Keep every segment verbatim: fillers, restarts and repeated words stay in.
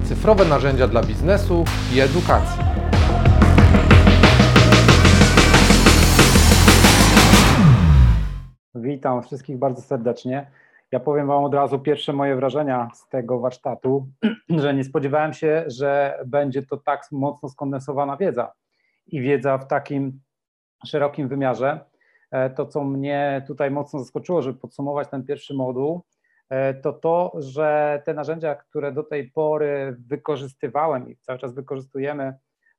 cyfrowe narzędzia dla biznesu i edukacji. Witam wszystkich bardzo serdecznie. Ja powiem Wam od razu pierwsze moje wrażenia z tego warsztatu, że nie spodziewałem się, że będzie to tak mocno skondensowana wiedza i wiedza w takim szerokim wymiarze. To, co mnie tutaj mocno zaskoczyło, żeby podsumować ten pierwszy moduł, to to, że te narzędzia, które do tej pory wykorzystywałem i cały czas wykorzystujemy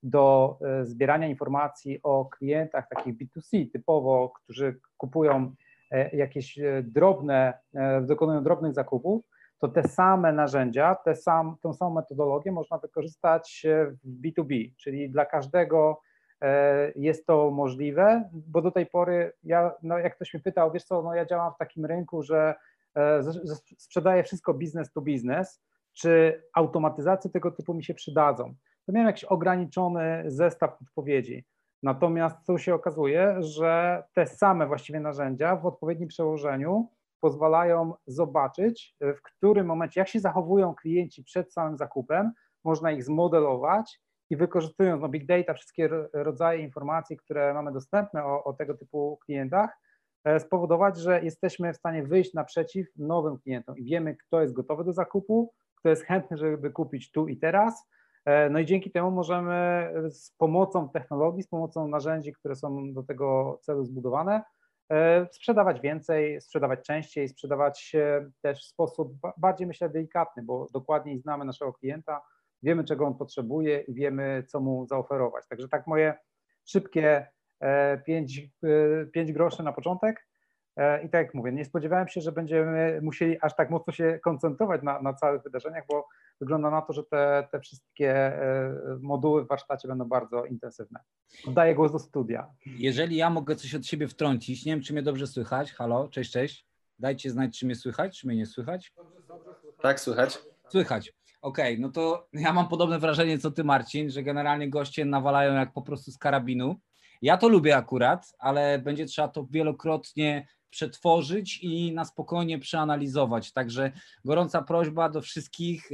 do zbierania informacji o klientach takich B dwa C typowo, którzy kupują jakieś drobne, dokonują drobnych zakupów, to te same narzędzia, te sam, tą samą metodologię można wykorzystać w B dwa B, czyli dla każdego jest to możliwe, bo do tej pory ja, no jak ktoś mnie pytał, wiesz co, no ja działam w takim rynku, że, że sprzedaję wszystko business to business, czy automatyzacje tego typu mi się przydadzą? To miałem jakiś ograniczony zestaw odpowiedzi. Natomiast tu się okazuje, że te same właściwie narzędzia w odpowiednim przełożeniu pozwalają zobaczyć, w którym momencie, jak się zachowują klienci przed samym zakupem, można ich zmodelować i wykorzystując no, big data, wszystkie rodzaje informacji, które mamy dostępne o, o tego typu klientach, spowodować, że jesteśmy w stanie wyjść naprzeciw nowym klientom i wiemy, kto jest gotowy do zakupu, kto jest chętny, żeby kupić tu i teraz. No i dzięki temu możemy z pomocą technologii, z pomocą narzędzi, które są do tego celu zbudowane, sprzedawać więcej, sprzedawać częściej, sprzedawać też w sposób bardziej, myślę, delikatny, bo dokładniej znamy naszego klienta, wiemy, czego on potrzebuje i wiemy, co mu zaoferować. Także tak moje szybkie pięć, pięć groszy na początek. I tak jak mówię, nie spodziewałem się, że będziemy musieli aż tak mocno się koncentrować na, na całych wydarzeniach, bo wygląda na to, że te, te wszystkie moduły w warsztacie będą bardzo intensywne. Oddaję głos do studia. Jeżeli ja mogę coś od siebie wtrącić, nie wiem, czy mnie dobrze słychać. Halo, cześć, cześć. Dajcie znać, czy mnie słychać, czy mnie nie słychać. Tak, słychać. Słychać. Okej, okay, no to ja mam podobne wrażenie co ty, Marcin, że generalnie goście nawalają jak po prostu z karabinu. Ja to lubię akurat, ale będzie trzeba to wielokrotnie przetworzyć i na spokojnie przeanalizować. Także gorąca prośba do wszystkich,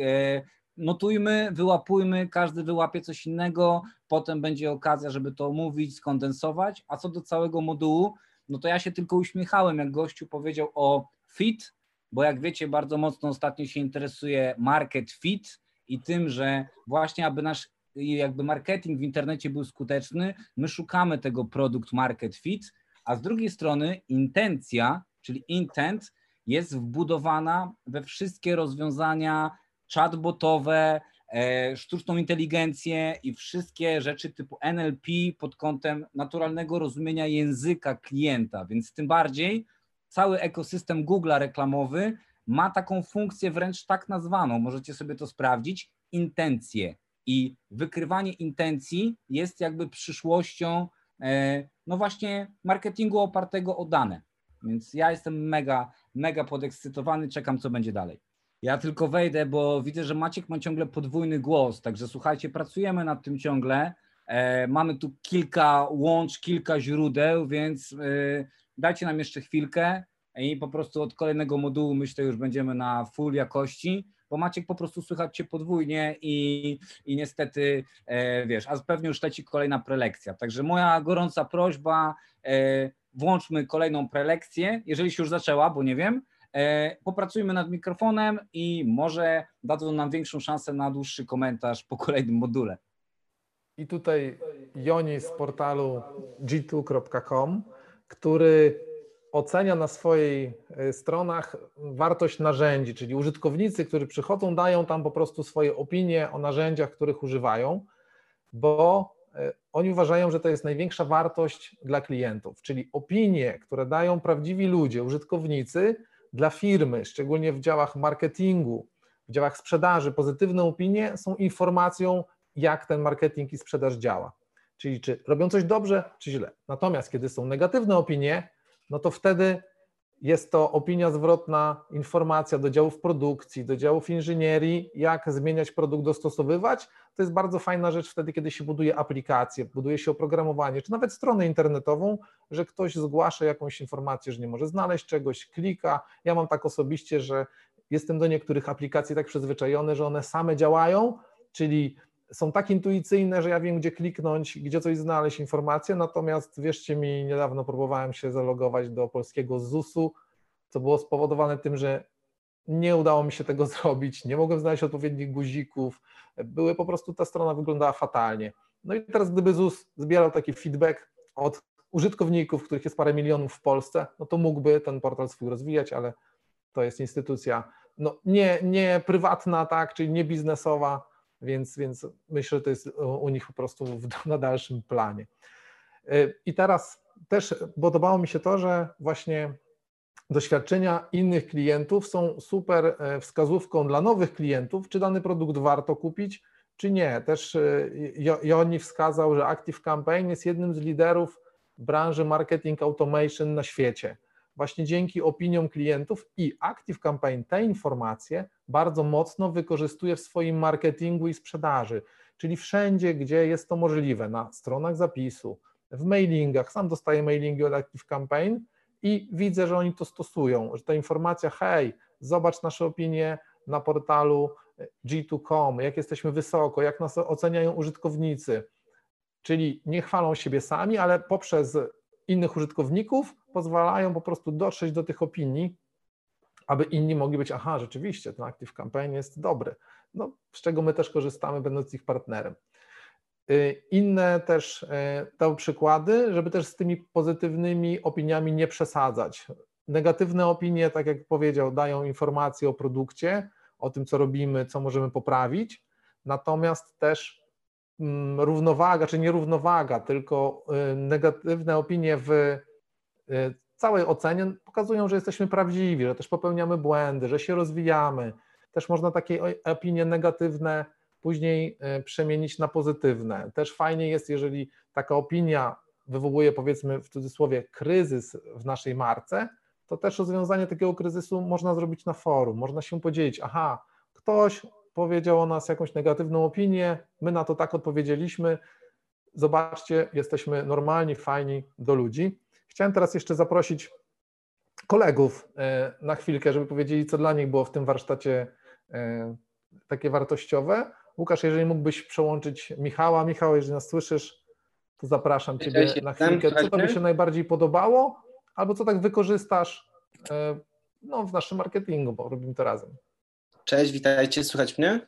notujmy, wyłapujmy, każdy wyłapie coś innego, potem będzie okazja, żeby to omówić, skondensować, a co do całego modułu, no to ja się tylko uśmiechałem, jak gościu powiedział o fit, bo jak wiecie, bardzo mocno ostatnio się interesuje market fit i tym, że właśnie aby nasz jakby marketing w internecie był skuteczny, my szukamy tego produkt market fit, a z drugiej strony intencja, czyli intent jest wbudowana we wszystkie rozwiązania chatbotowe, e, sztuczną inteligencję i wszystkie rzeczy typu N L P pod kątem naturalnego rozumienia języka klienta, więc tym bardziej cały ekosystem Google'a reklamowy ma taką funkcję wręcz tak nazwaną, możecie sobie to sprawdzić, intencje. I wykrywanie intencji jest jakby przyszłością no właśnie marketingu opartego o dane. Więc ja jestem mega, mega podekscytowany, czekam, co będzie dalej. Ja tylko wejdę, bo widzę, że Maciek ma ciągle podwójny głos, także słuchajcie, pracujemy nad tym ciągle. E, mamy tu kilka łącz, kilka źródeł, więc e, dajcie nam jeszcze chwilkę i po prostu od kolejnego modułu myślę już będziemy na full jakości, bo Maciek po prostu słychać cię podwójnie i, i niestety, e, wiesz, a pewnie już leci kolejna prelekcja. Także moja gorąca prośba, e, włączmy kolejną prelekcję, jeżeli się już zaczęła, bo nie wiem, e, popracujmy nad mikrofonem i może dadzą nam większą szansę na dłuższy komentarz po kolejnym module. I tutaj Joni z portalu G dwa kropka com, który ocenia na swoich stronach wartość narzędzi, czyli użytkownicy, którzy przychodzą, dają tam po prostu swoje opinie o narzędziach, których używają, bo oni uważają, że to jest największa wartość dla klientów, czyli opinie, które dają prawdziwi ludzie, użytkownicy dla firmy, szczególnie w działach marketingu, w działach sprzedaży, pozytywne opinie są informacją, jak ten marketing i sprzedaż działa, czyli czy robią coś dobrze, czy źle. Natomiast kiedy są negatywne opinie, no to wtedy jest to opinia zwrotna, informacja do działów produkcji, do działów inżynierii, jak zmieniać produkt, dostosowywać. To jest bardzo fajna rzecz wtedy, kiedy się buduje aplikację, buduje się oprogramowanie, czy nawet stronę internetową, że ktoś zgłasza jakąś informację, że nie może znaleźć czegoś, klika. Ja mam tak osobiście, że jestem do niektórych aplikacji tak przyzwyczajony, że one same działają, czyli są tak intuicyjne, że ja wiem, gdzie kliknąć, gdzie coś znaleźć, informacje, natomiast wierzcie mi, niedawno próbowałem się zalogować do polskiego zusu, co było spowodowane tym, że nie udało mi się tego zrobić, nie mogłem znaleźć odpowiednich guzików, były po prostu, ta strona wyglądała fatalnie. No i teraz gdyby ZUS zbierał taki feedback od użytkowników, których jest parę milionów w Polsce, no to mógłby ten portal swój rozwijać, ale to jest instytucja no nie, nie prywatna, tak, czyli nie biznesowa, więc, więc myślę, że to jest u nich po prostu w, na dalszym planie. I teraz też podobało mi się to, że właśnie doświadczenia innych klientów są super wskazówką dla nowych klientów, czy dany produkt warto kupić, czy nie. Też Joni wskazał, że ActiveCampaign jest jednym z liderów branży marketing automation na świecie. Właśnie dzięki opiniom klientów i ActiveCampaign te informacje bardzo mocno wykorzystuje w swoim marketingu i sprzedaży, czyli wszędzie, gdzie jest to możliwe, na stronach zapisu, w mailingach. Sam dostaję mailingi od ActiveCampaign i widzę, że oni to stosują, że ta informacja, hej, zobacz nasze opinie na portalu G dwa kropka com, jak jesteśmy wysoko, jak nas oceniają użytkownicy, czyli nie chwalą siebie sami, ale poprzez innych użytkowników pozwalają po prostu dotrzeć do tych opinii, aby inni mogli być, aha, rzeczywiście, ten ActiveCampaign jest dobry, no, z czego my też korzystamy, będąc ich partnerem. Inne też dał przykłady, żeby też z tymi pozytywnymi opiniami nie przesadzać. Negatywne opinie, tak jak powiedział, dają informacje o produkcie, o tym, co robimy, co możemy poprawić, natomiast też równowaga, czy nie równowaga, tylko negatywne opinie w całej ocenie pokazują, że jesteśmy prawdziwi, że też popełniamy błędy, że się rozwijamy. Też można takie opinie negatywne później przemienić na pozytywne. Też fajnie jest, jeżeli taka opinia wywołuje, powiedzmy w cudzysłowie, kryzys w naszej marce, to też rozwiązanie takiego kryzysu można zrobić na forum, można się podzielić, aha, ktoś powiedział o nas jakąś negatywną opinię, my na to tak odpowiedzieliśmy, zobaczcie, jesteśmy normalni, fajni do ludzi. Chciałem teraz jeszcze zaprosić kolegów na chwilkę, żeby powiedzieli, co dla nich było w tym warsztacie takie wartościowe. Łukasz, jeżeli mógłbyś przełączyć Michała. Michał, jeżeli nas słyszysz, to zapraszam Ciebie na chwilkę. Co Tobie się najbardziej podobało, albo co tak wykorzystasz no, w naszym marketingu, bo robimy to razem. Cześć, witajcie, słychać mnie?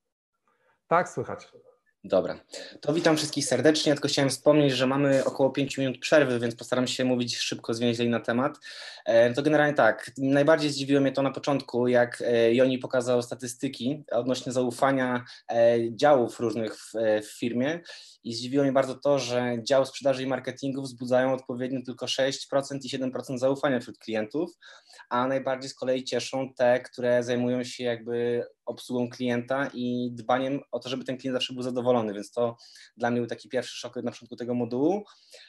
Tak, słychać. Dobra, to witam wszystkich serdecznie, tylko chciałem wspomnieć, że mamy około pięciu minut przerwy, więc postaram się mówić szybko, zwięźlej na temat. To generalnie tak, najbardziej zdziwiło mnie to na początku, jak Joni pokazał statystyki odnośnie zaufania działów różnych w, w firmie i zdziwiło mnie bardzo to, że dział sprzedaży i marketingu wzbudzają odpowiednio tylko sześć procent i siedem procent zaufania wśród klientów, a najbardziej z kolei cieszą te, które zajmują się jakby obsługą klienta i dbaniem o to, żeby ten klient zawsze był zadowolony, więc to dla mnie był taki pierwszy szok na początku tego modułu.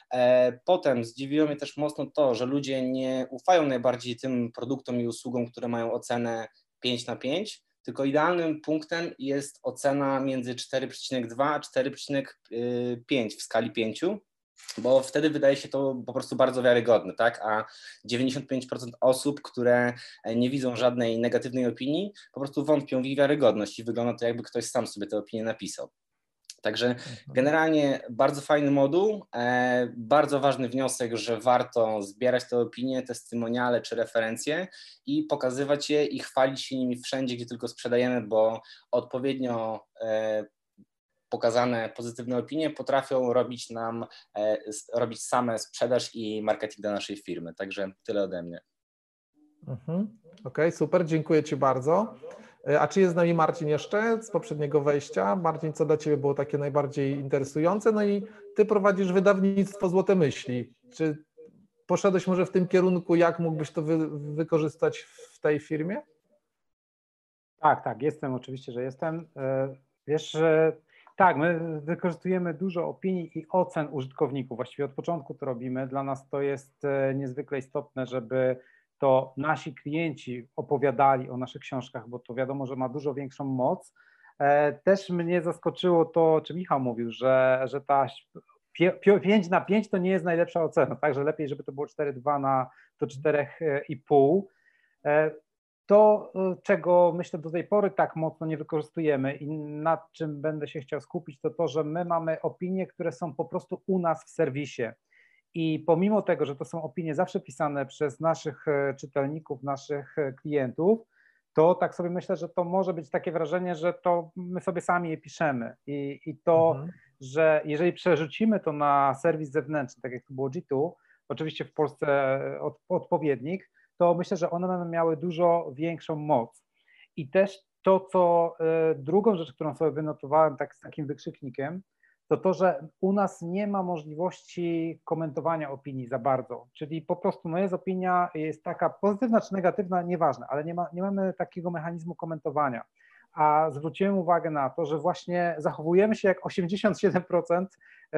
Potem zdziwiło mnie też mocno to, że ludzie nie ufają najbardziej tym produktom i usługom, które mają ocenę pięć na pięć, tylko idealnym punktem jest ocena między cztery przecinek dwa a cztery przecinek pięć w skali pięciu, bo wtedy wydaje się to po prostu bardzo wiarygodne, tak? A dziewięćdziesiąt pięć procent osób, które nie widzą żadnej negatywnej opinii, po prostu wątpią w ich wiarygodność i wygląda to, jakby ktoś sam sobie tę opinię napisał. Także generalnie bardzo fajny moduł, e, bardzo ważny wniosek, że warto zbierać te opinie, testymoniale czy referencje i pokazywać je i chwalić się nimi wszędzie, gdzie tylko sprzedajemy, bo odpowiednio e, pokazane pozytywne opinie potrafią robić nam, e, robić same sprzedaż i marketing dla naszej firmy. Także tyle ode mnie. Mhm. Okej, okay, super, dziękuję Ci bardzo. A czy jest z nami Marcin jeszcze z poprzedniego wejścia? Marcin, co dla Ciebie było takie najbardziej interesujące? No i Ty prowadzisz wydawnictwo Złote Myśli. Czy poszedłeś może w tym kierunku, jak mógłbyś to wy, wykorzystać w tej firmie? Tak, tak, jestem, oczywiście, że jestem. Wiesz, że tak, my wykorzystujemy dużo opinii i ocen użytkowników. Właściwie od początku to robimy. Dla nas to jest niezwykle istotne, żeby to nasi klienci opowiadali o naszych książkach, bo to wiadomo, że ma dużo większą moc. Też mnie zaskoczyło to, o czym Michał mówił, że, że ta pięć na pięć to nie jest najlepsza ocena, także lepiej, żeby to było cztery dwa na to cztery i pół. To, czego myślę do tej pory tak mocno nie wykorzystujemy i nad czym będę się chciał skupić, to to, że my mamy opinie, które są po prostu u nas w serwisie. I pomimo tego, że to są opinie zawsze pisane przez naszych czytelników, naszych klientów, to tak sobie myślę, że to może być takie wrażenie, że to my sobie sami je piszemy. I, i to, mhm. że jeżeli przerzucimy to na serwis zewnętrzny, tak jak to było G dwa, oczywiście w Polsce od, odpowiednik, to myślę, że one będą miały dużo większą moc. I też to, co y, drugą rzecz, którą sobie wynotowałem tak z takim wykrzyknikiem, to to, że u nas nie ma możliwości komentowania opinii za bardzo, czyli po prostu no jest opinia, jest taka pozytywna czy negatywna, nieważne, ale nie, ma, nie mamy takiego mechanizmu komentowania. A zwróciłem uwagę na to, że właśnie zachowujemy się jak osiemdziesiąt siedem procent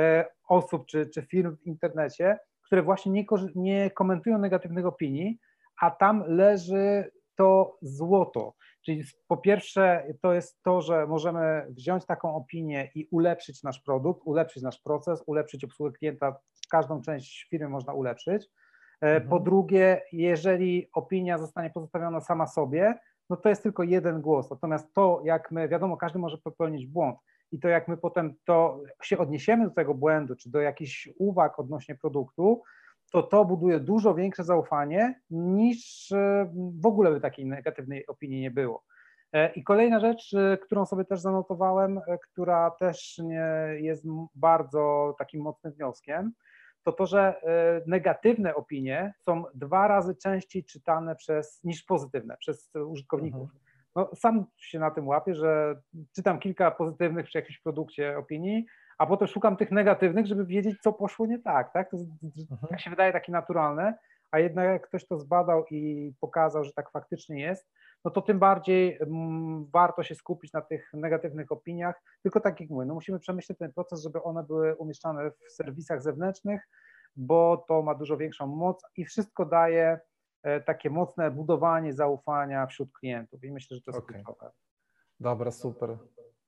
osób czy, czy firm w internecie, które właśnie nie, nie komentują negatywnych opinii, a tam leży to złoto. Czyli po pierwsze to jest to, że możemy wziąć taką opinię i ulepszyć nasz produkt, ulepszyć nasz proces, ulepszyć obsługę klienta, każdą część firmy można ulepszyć. Mhm. Po drugie, jeżeli opinia zostanie pozostawiona sama sobie, no to jest tylko jeden głos, natomiast to, jak my, wiadomo, każdy może popełnić błąd i to, jak my potem to się odniesiemy do tego błędu, czy do jakichś uwag odnośnie produktu, to to buduje dużo większe zaufanie, niż w ogóle by takiej negatywnej opinii nie było. I kolejna rzecz, którą sobie też zanotowałem, która też nie jest bardzo takim mocnym wnioskiem, to to, że negatywne opinie są dwa razy częściej czytane przez, niż pozytywne przez użytkowników. No, sam się na tym łapię, że czytam kilka pozytywnych przy jakimś produkcie opinii, a potem szukam tych negatywnych, żeby wiedzieć, co poszło nie tak, tak? To mhm. tak się wydaje takie naturalne, a jednak jak ktoś to zbadał i pokazał, że tak faktycznie jest, no to tym bardziej mm, warto się skupić na tych negatywnych opiniach, tylko tak jak mówię, no musimy przemyśleć ten proces, żeby one były umieszczane w serwisach zewnętrznych, bo to ma dużo większą moc i wszystko daje e, takie mocne budowanie zaufania wśród klientów i myślę, że to jest okay. kluczowe. Dobra, super.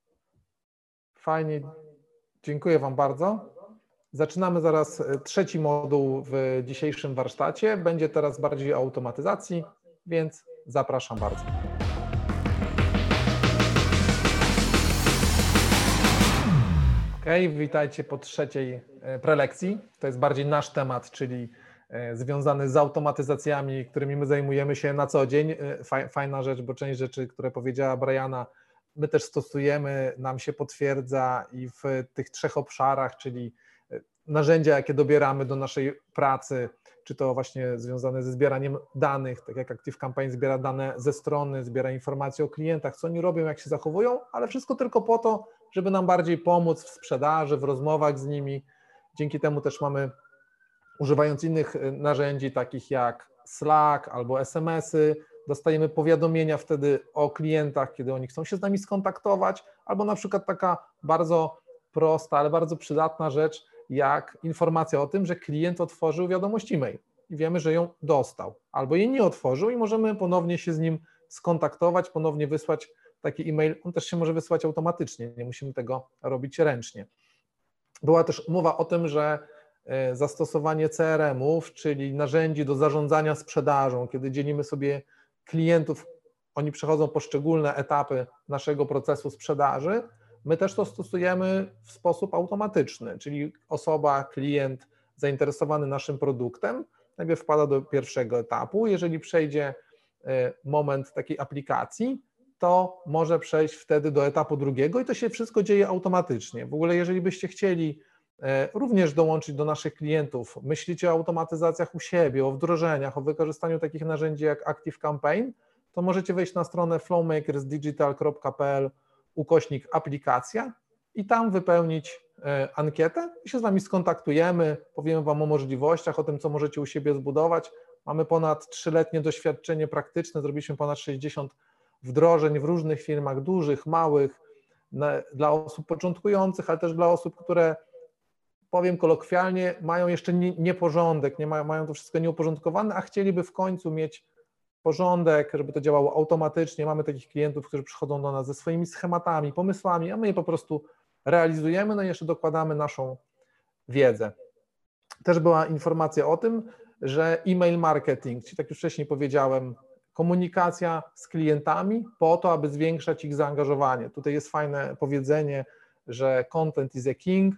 Fajnie. Dziękuję Wam bardzo. Zaczynamy zaraz trzeci moduł w dzisiejszym warsztacie. Będzie teraz bardziej o automatyzacji, więc zapraszam bardzo. Ok, witajcie po trzeciej prelekcji. To jest bardziej nasz temat, czyli związany z automatyzacjami, którymi my zajmujemy się na co dzień. Fajna rzecz, bo część rzeczy, które powiedziała Brianna, my też stosujemy, nam się potwierdza i w tych trzech obszarach, czyli narzędzia, jakie dobieramy do naszej pracy, czy to właśnie związane ze zbieraniem danych, tak jak ActiveCampaign zbiera dane ze strony, zbiera informacje o klientach, co oni robią, jak się zachowują, ale wszystko tylko po to, żeby nam bardziej pomóc w sprzedaży, w rozmowach z nimi. Dzięki temu też mamy, używając innych narzędzi, takich jak Slack albo es em esy, dostajemy powiadomienia wtedy o klientach, kiedy oni chcą się z nami skontaktować, albo na przykład taka bardzo prosta, ale bardzo przydatna rzecz, jak informacja o tym, że klient otworzył wiadomość e-mail i wiemy, że ją dostał, albo jej nie otworzył i możemy ponownie się z nim skontaktować, ponownie wysłać taki e-mail. On też się może wysłać automatycznie, nie musimy tego robić ręcznie. Była też mowa o tym, że zastosowanie C R M-ów, czyli narzędzi do zarządzania sprzedażą, kiedy dzielimy sobie klientów, oni przechodzą poszczególne etapy naszego procesu sprzedaży, my też to stosujemy w sposób automatyczny, czyli osoba, klient zainteresowany naszym produktem najpierw wpada do pierwszego etapu, jeżeli przejdzie moment takiej aplikacji, to może przejść wtedy do etapu drugiego i to się wszystko dzieje automatycznie. W ogóle jeżeli byście chcieli również dołączyć do naszych klientów, myślicie o automatyzacjach u siebie, o wdrożeniach, o wykorzystaniu takich narzędzi jak ActiveCampaign, to możecie wejść na stronę flowmakersdigital kropka p l ukośnik aplikacja i tam wypełnić ankietę i się z Wami skontaktujemy, powiemy Wam o możliwościach, o tym, co możecie u siebie zbudować. Mamy ponad trzyletnie doświadczenie praktyczne, zrobiliśmy ponad sześćdziesiąt wdrożeń w różnych firmach, dużych, małych, dla osób początkujących, ale też dla osób, które, powiem kolokwialnie, mają jeszcze nieporządek, nie mają, mają to wszystko nieuporządkowane, a chcieliby w końcu mieć porządek, żeby to działało automatycznie. Mamy takich klientów, którzy przychodzą do nas ze swoimi schematami, pomysłami, a my je po prostu realizujemy, no i jeszcze dokładamy naszą wiedzę. Też była informacja o tym, że e-mail marketing, czyli tak już wcześniej powiedziałem, komunikacja z klientami po to, aby zwiększać ich zaangażowanie. Tutaj jest fajne powiedzenie, że content is a king,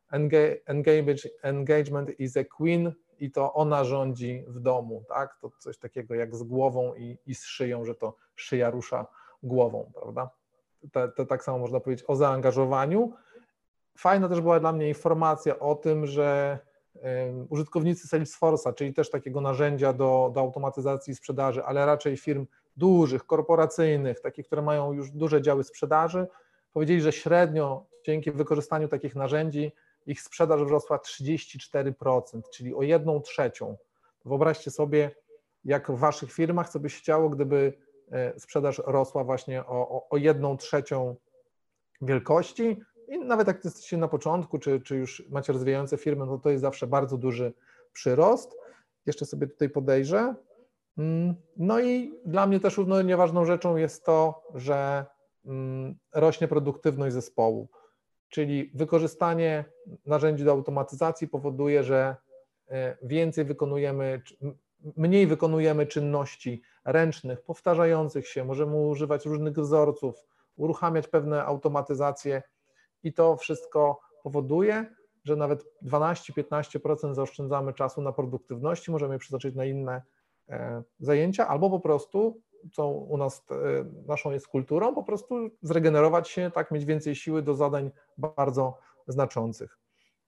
engagement is a queen i to ona rządzi w domu, tak? To coś takiego jak z głową i, i z szyją, że to szyja rusza głową, prawda? To, to tak samo można powiedzieć o zaangażowaniu. Fajna też była dla mnie informacja o tym, że um, użytkownicy Salesforce'a, czyli też takiego narzędzia do, do automatyzacji sprzedaży, ale raczej firm dużych, korporacyjnych, takich, które mają już duże działy sprzedaży, powiedzieli, że średnio dzięki wykorzystaniu takich narzędzi ich sprzedaż wzrosła trzydzieści cztery procent, czyli o jedną trzecią. Wyobraźcie sobie, jak w waszych firmach, co by się działo, gdyby sprzedaż rosła właśnie o, o, o jedną trzecią wielkości i nawet jak jesteście na początku, czy, czy już macie rozwijające firmy, no to jest zawsze bardzo duży przyrost. Jeszcze sobie tutaj podejrzę. No i dla mnie też równo nieważną rzeczą jest to, że rośnie produktywność zespołu, czyli wykorzystanie narzędzi do automatyzacji powoduje, że więcej wykonujemy, mniej wykonujemy czynności ręcznych, powtarzających się, możemy używać różnych wzorców, uruchamiać pewne automatyzacje i to wszystko powoduje, że nawet dwanaście do piętnastu procent zaoszczędzamy czasu na produktywności, możemy je przeznaczyć na inne zajęcia albo po prostu, co u nas naszą jest kulturą, po prostu zregenerować się, tak, mieć więcej siły do zadań bardzo znaczących.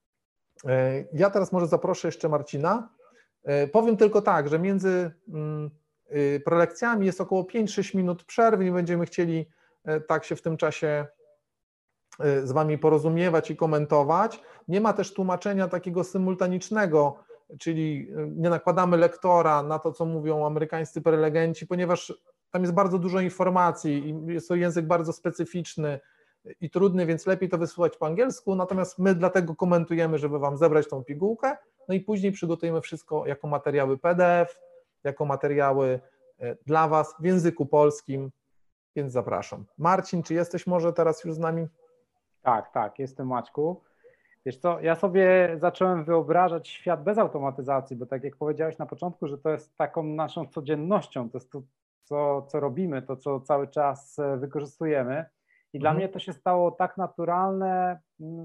Ja teraz może zaproszę jeszcze Marcina. Powiem tylko tak, że między prelekcjami jest około pięć do sześciu minut przerwy i będziemy chcieli tak się w tym czasie z Wami porozumiewać i komentować. Nie ma też tłumaczenia takiego symultanicznego, czyli nie nakładamy lektora na to, co mówią amerykańscy prelegenci, ponieważ tam jest bardzo dużo informacji i jest to język bardzo specyficzny i trudny, więc lepiej to wysyłać po angielsku, natomiast my dlatego komentujemy, żeby Wam zebrać tą pigułkę, no i później przygotujemy wszystko jako materiały P D F, jako materiały dla Was w języku polskim, więc zapraszam. Marcin, czy jesteś może teraz już z nami? Tak, tak, jestem, Maćku. Wiesz co, ja sobie zacząłem wyobrażać świat bez automatyzacji, bo tak jak powiedziałeś na początku, że to jest taką naszą codziennością, to jest to, co, co robimy, to, co cały czas wykorzystujemy i dla mhm. mnie to się stało tak naturalne,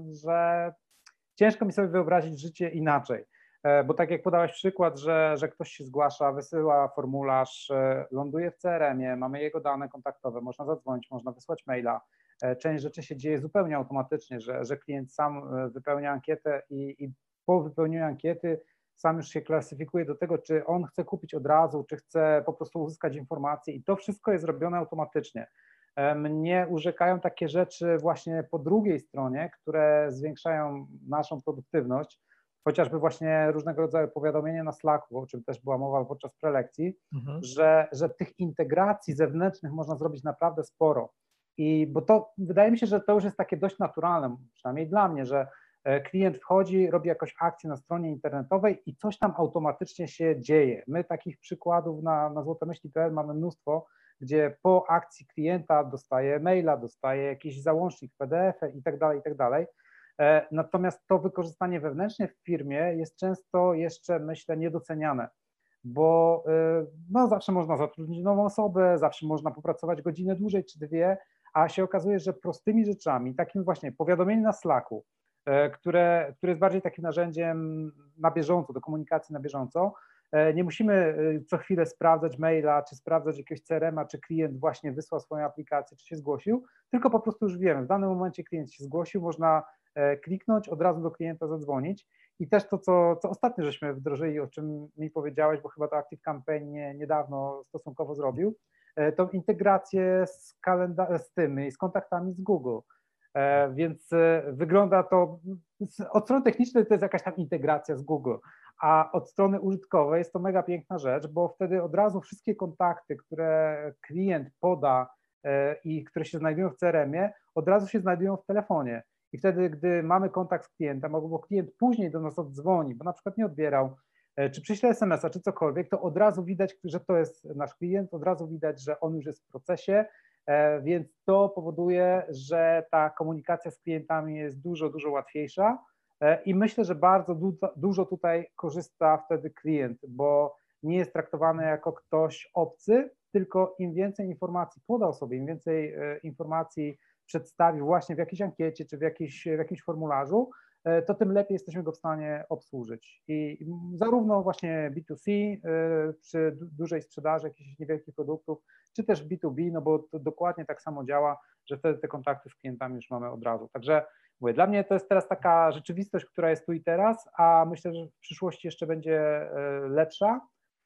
że ciężko mi sobie wyobrazić życie inaczej, bo tak jak podałeś przykład, że, że ktoś się zgłasza, wysyła formularz, ląduje w C R M-ie, mamy jego dane kontaktowe, można zadzwonić, można wysłać maila. Część rzeczy się dzieje zupełnie automatycznie, że, że klient sam wypełnia ankietę i, i po wypełnieniu ankiety sam już się klasyfikuje do tego, czy on chce kupić od razu, czy chce po prostu uzyskać informacje i to wszystko jest robione automatycznie. Mnie urzekają takie rzeczy właśnie po drugiej stronie, które zwiększają naszą produktywność, chociażby właśnie różnego rodzaju powiadomienia na Slacku, o czym też była mowa podczas prelekcji, mhm. że, że tych integracji zewnętrznych można zrobić naprawdę sporo. I bo to wydaje mi się, że to już jest takie dość naturalne, przynajmniej dla mnie, że klient wchodzi, robi jakąś akcję na stronie internetowej i coś tam automatycznie się dzieje. My takich przykładów na, na złotomyśli kropka p l mamy mnóstwo, gdzie po akcji klienta dostaje maila, dostaje jakiś załącznik P D F i tak dalej, i tak dalej. Natomiast to wykorzystanie wewnętrznie w firmie jest często jeszcze, myślę, niedoceniane, bo no, zawsze można zatrudnić nową osobę, zawsze można popracować godzinę dłużej czy dwie, a się okazuje, że prostymi rzeczami, takim właśnie powiadomieniem na Slacku, które, które jest bardziej takim narzędziem na bieżąco, do komunikacji na bieżąco, nie musimy co chwilę sprawdzać maila, czy sprawdzać jakiegoś C R M-a, czy klient właśnie wysłał swoją aplikację, czy się zgłosił, tylko po prostu już wiemy, w danym momencie klient się zgłosił, można kliknąć, od razu do klienta zadzwonić i też to, co, co ostatnio żeśmy wdrożyli, o czym mi powiedziałeś, bo chyba to ActiveCampaign nie, niedawno stosunkowo zrobił, tą integrację z, kalenda- z tym, z kontaktami z Google. Więc wygląda to, od strony technicznej to jest jakaś tam integracja z Google, a od strony użytkowej jest to mega piękna rzecz, bo wtedy od razu wszystkie kontakty, które klient poda i które się znajdują w C R M-ie, od razu się znajdują w telefonie. I wtedy, gdy mamy kontakt z klientem, albo klient później do nas oddzwoni, bo na przykład nie odbierał, czy przyśle es em es a, czy cokolwiek, to od razu widać, że to jest nasz klient, od razu widać, że on już jest w procesie, więc to powoduje, że ta komunikacja z klientami jest dużo, dużo łatwiejsza i myślę, że bardzo du- dużo tutaj korzysta wtedy klient, bo nie jest traktowany jako ktoś obcy, tylko im więcej informacji poda o sobie, im więcej informacji przedstawi właśnie w jakiejś ankiecie czy w, jakiejś, w jakimś formularzu, to tym lepiej jesteśmy go w stanie obsłużyć. I zarówno właśnie B dwa C przy dużej sprzedaży jakichś niewielkich produktów, czy też B dwa B, no bo to dokładnie tak samo działa, że wtedy te kontakty z klientami już mamy od razu. Także mówię, dla mnie to jest teraz taka rzeczywistość, która jest tu i teraz, a myślę, że w przyszłości jeszcze będzie lepsza.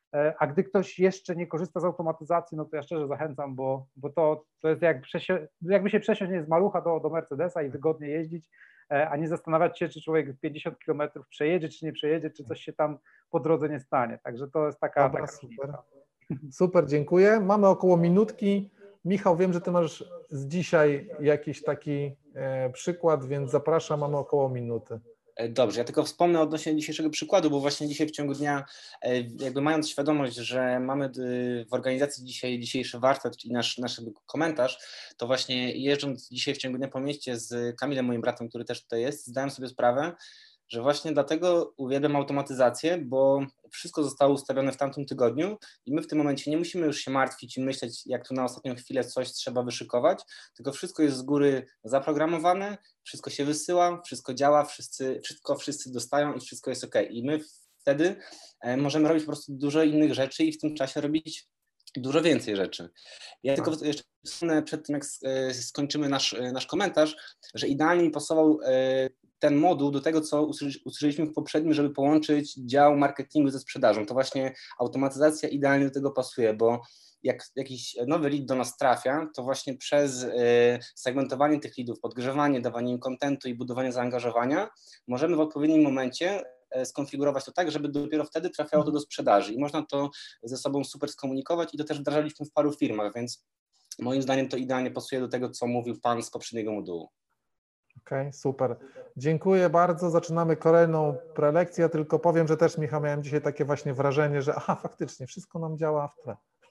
A gdy ktoś jeszcze nie korzysta z automatyzacji, no to ja szczerze zachęcam, bo, bo to, to jest jak przesie, jakby się przesiąść z malucha do, do Mercedesa i wygodnie jeździć, a nie zastanawiać się, czy człowiek pięćdziesiąt kilometrów przejedzie, czy nie przejedzie, czy coś się tam po drodze nie stanie. Także to jest taka... Dobra, taka super. Super, dziękuję. Mamy około minutki. Michał, wiem, że ty masz z dzisiaj jakiś taki e, przykład, więc zapraszam, mamy około minuty. Dobrze, ja tylko wspomnę odnośnie dzisiejszego przykładu, bo właśnie dzisiaj w ciągu dnia, jakby mając świadomość, że mamy w organizacji dzisiaj dzisiejszy warsztat, czyli nasz, nasz komentarz, to właśnie jeżdżąc dzisiaj w ciągu dnia po mieście z Kamilem, moim bratem, który też tutaj jest, zdałem sobie sprawę, że właśnie dlatego uwielbiam automatyzację, bo wszystko zostało ustawione w tamtym tygodniu i my w tym momencie nie musimy już się martwić i myśleć, jak tu na ostatnią chwilę coś trzeba wyszykować, tylko wszystko jest z góry zaprogramowane, wszystko się wysyła, wszystko działa, wszyscy, wszystko wszyscy dostają i wszystko jest ok. I my wtedy możemy robić po prostu dużo innych rzeczy i w tym czasie robić dużo więcej rzeczy. Ja tylko jeszcze wspomnę przed tym, jak skończymy nasz, nasz komentarz, że idealnie mi pasował ten moduł do tego, co usłyszeliśmy w poprzednim, żeby połączyć dział marketingu ze sprzedażą. To właśnie automatyzacja idealnie do tego pasuje, bo jak jakiś nowy lead do nas trafia, to właśnie przez segmentowanie tych leadów, podgrzewanie, dawanie im kontentu i budowanie zaangażowania możemy w odpowiednim momencie skonfigurować to tak, żeby dopiero wtedy trafiało to do sprzedaży i można to ze sobą super skomunikować i to też wdrażaliśmy w paru firmach, więc moim zdaniem to idealnie pasuje do tego, co mówił Pan z poprzedniego modułu. Okej, okay, super. Dziękuję bardzo. Zaczynamy kolejną prelekcję. Ja tylko powiem, że też, Michał, miałem dzisiaj takie właśnie wrażenie, że aha, faktycznie, wszystko nam działa w tle.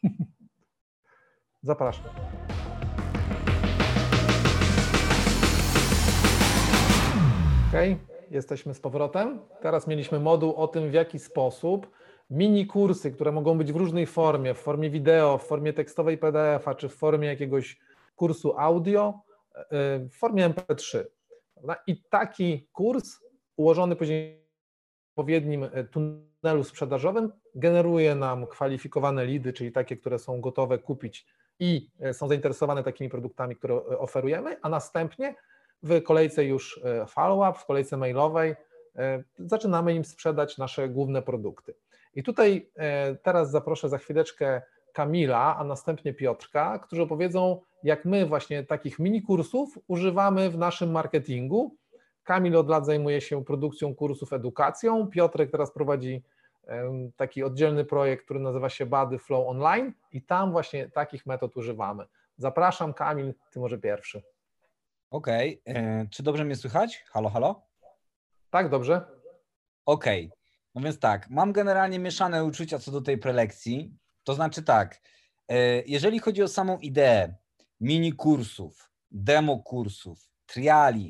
Zapraszam. Okej, okay, jesteśmy z powrotem. Teraz mieliśmy moduł o tym, w jaki sposób mini kursy, które mogą być w różnej formie, w formie wideo, w formie tekstowej P D F a, czy w formie jakiegoś kursu audio, w formie M P trzy. I taki kurs ułożony później w odpowiednim tunelu sprzedażowym generuje nam kwalifikowane leady, czyli takie, które są gotowe kupić i są zainteresowane takimi produktami, które oferujemy, a następnie w kolejce już follow-up, w kolejce mailowej zaczynamy im sprzedać nasze główne produkty. I tutaj teraz zaproszę za chwileczkę Kamila, a następnie Piotrka, którzy opowiedzą, jak my właśnie takich mini kursów używamy w naszym marketingu. Kamil od lat zajmuje się produkcją kursów, edukacją. Piotrek teraz prowadzi taki oddzielny projekt, który nazywa się Body Flow Online i tam właśnie takich metod używamy. Zapraszam, Kamil, ty może pierwszy. Okej, okay. Czy dobrze mnie słychać? Halo, halo? Tak, dobrze. Okej, okay. No więc tak, mam generalnie mieszane uczucia co do tej prelekcji. To znaczy tak, jeżeli chodzi o samą ideę mini kursów, demo kursów, triali,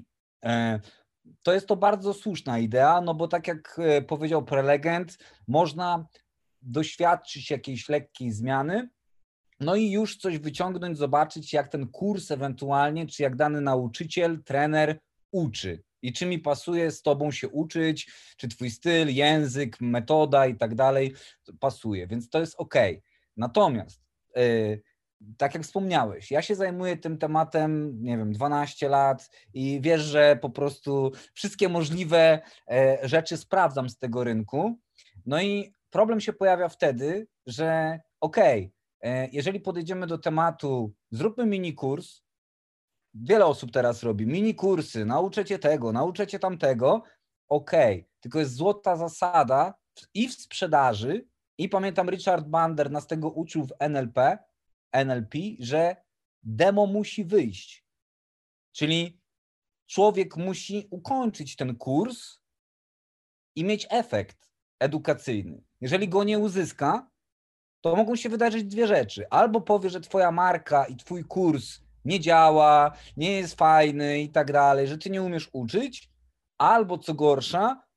to jest to bardzo słuszna idea, no bo tak jak powiedział prelegent, można doświadczyć jakiejś lekkiej zmiany, no i już coś wyciągnąć, zobaczyć jak ten kurs ewentualnie, czy jak dany nauczyciel, trener uczy i czy mi pasuje z tobą się uczyć, czy twój styl, język, metoda i tak dalej pasuje, więc to jest okej. Natomiast yy, tak jak wspomniałeś, ja się zajmuję tym tematem, nie wiem, dwanaście lat i wiesz, że po prostu wszystkie możliwe yy, rzeczy sprawdzam z tego rynku, no i problem się pojawia wtedy, że okej, yy, jeżeli podejdziemy do tematu, zróbmy mini kurs, wiele osób teraz robi mini kursy, nauczę cię tego, nauczę cię tamtego, okej, okay. Tylko jest złota zasada i w sprzedaży, i pamiętam Richard Bandler nas tego uczył w N L P, N L P, że demo musi wyjść, czyli człowiek musi ukończyć ten kurs i mieć efekt edukacyjny. Jeżeli go nie uzyska, to mogą się wydarzyć dwie rzeczy. Albo powie, że twoja marka i twój kurs nie działa, nie jest fajny i tak dalej, że ty nie umiesz uczyć, albo co gorsza,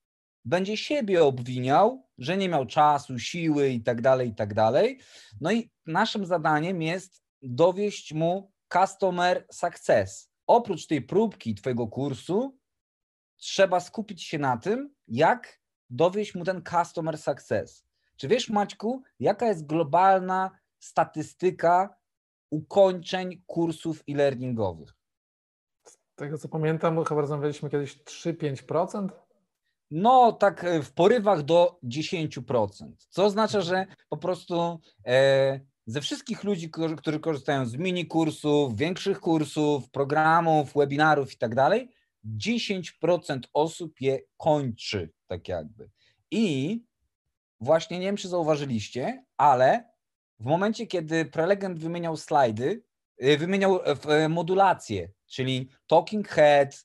będzie siebie obwiniał, że nie miał czasu, siły i tak dalej, i tak dalej. No i naszym zadaniem jest dowieść mu customer success. Oprócz tej próbki twojego kursu trzeba skupić się na tym, jak dowieść mu ten customer success. Czy wiesz, Maćku, jaka jest globalna statystyka ukończeń kursów e-learningowych? Z tego co pamiętam, chyba rozmawialiśmy kiedyś trzy do pięciu procent. No, tak w porywach do dziesięć procent, co oznacza, że po prostu e, ze wszystkich ludzi, którzy korzystają z mini kursów, większych kursów, programów, webinarów i tak dalej, dziesięć procent osób je kończy, tak jakby. I właśnie nie wiem, czy zauważyliście, ale w momencie, kiedy prelegent wymieniał slajdy, wymieniał modulację, czyli talking head,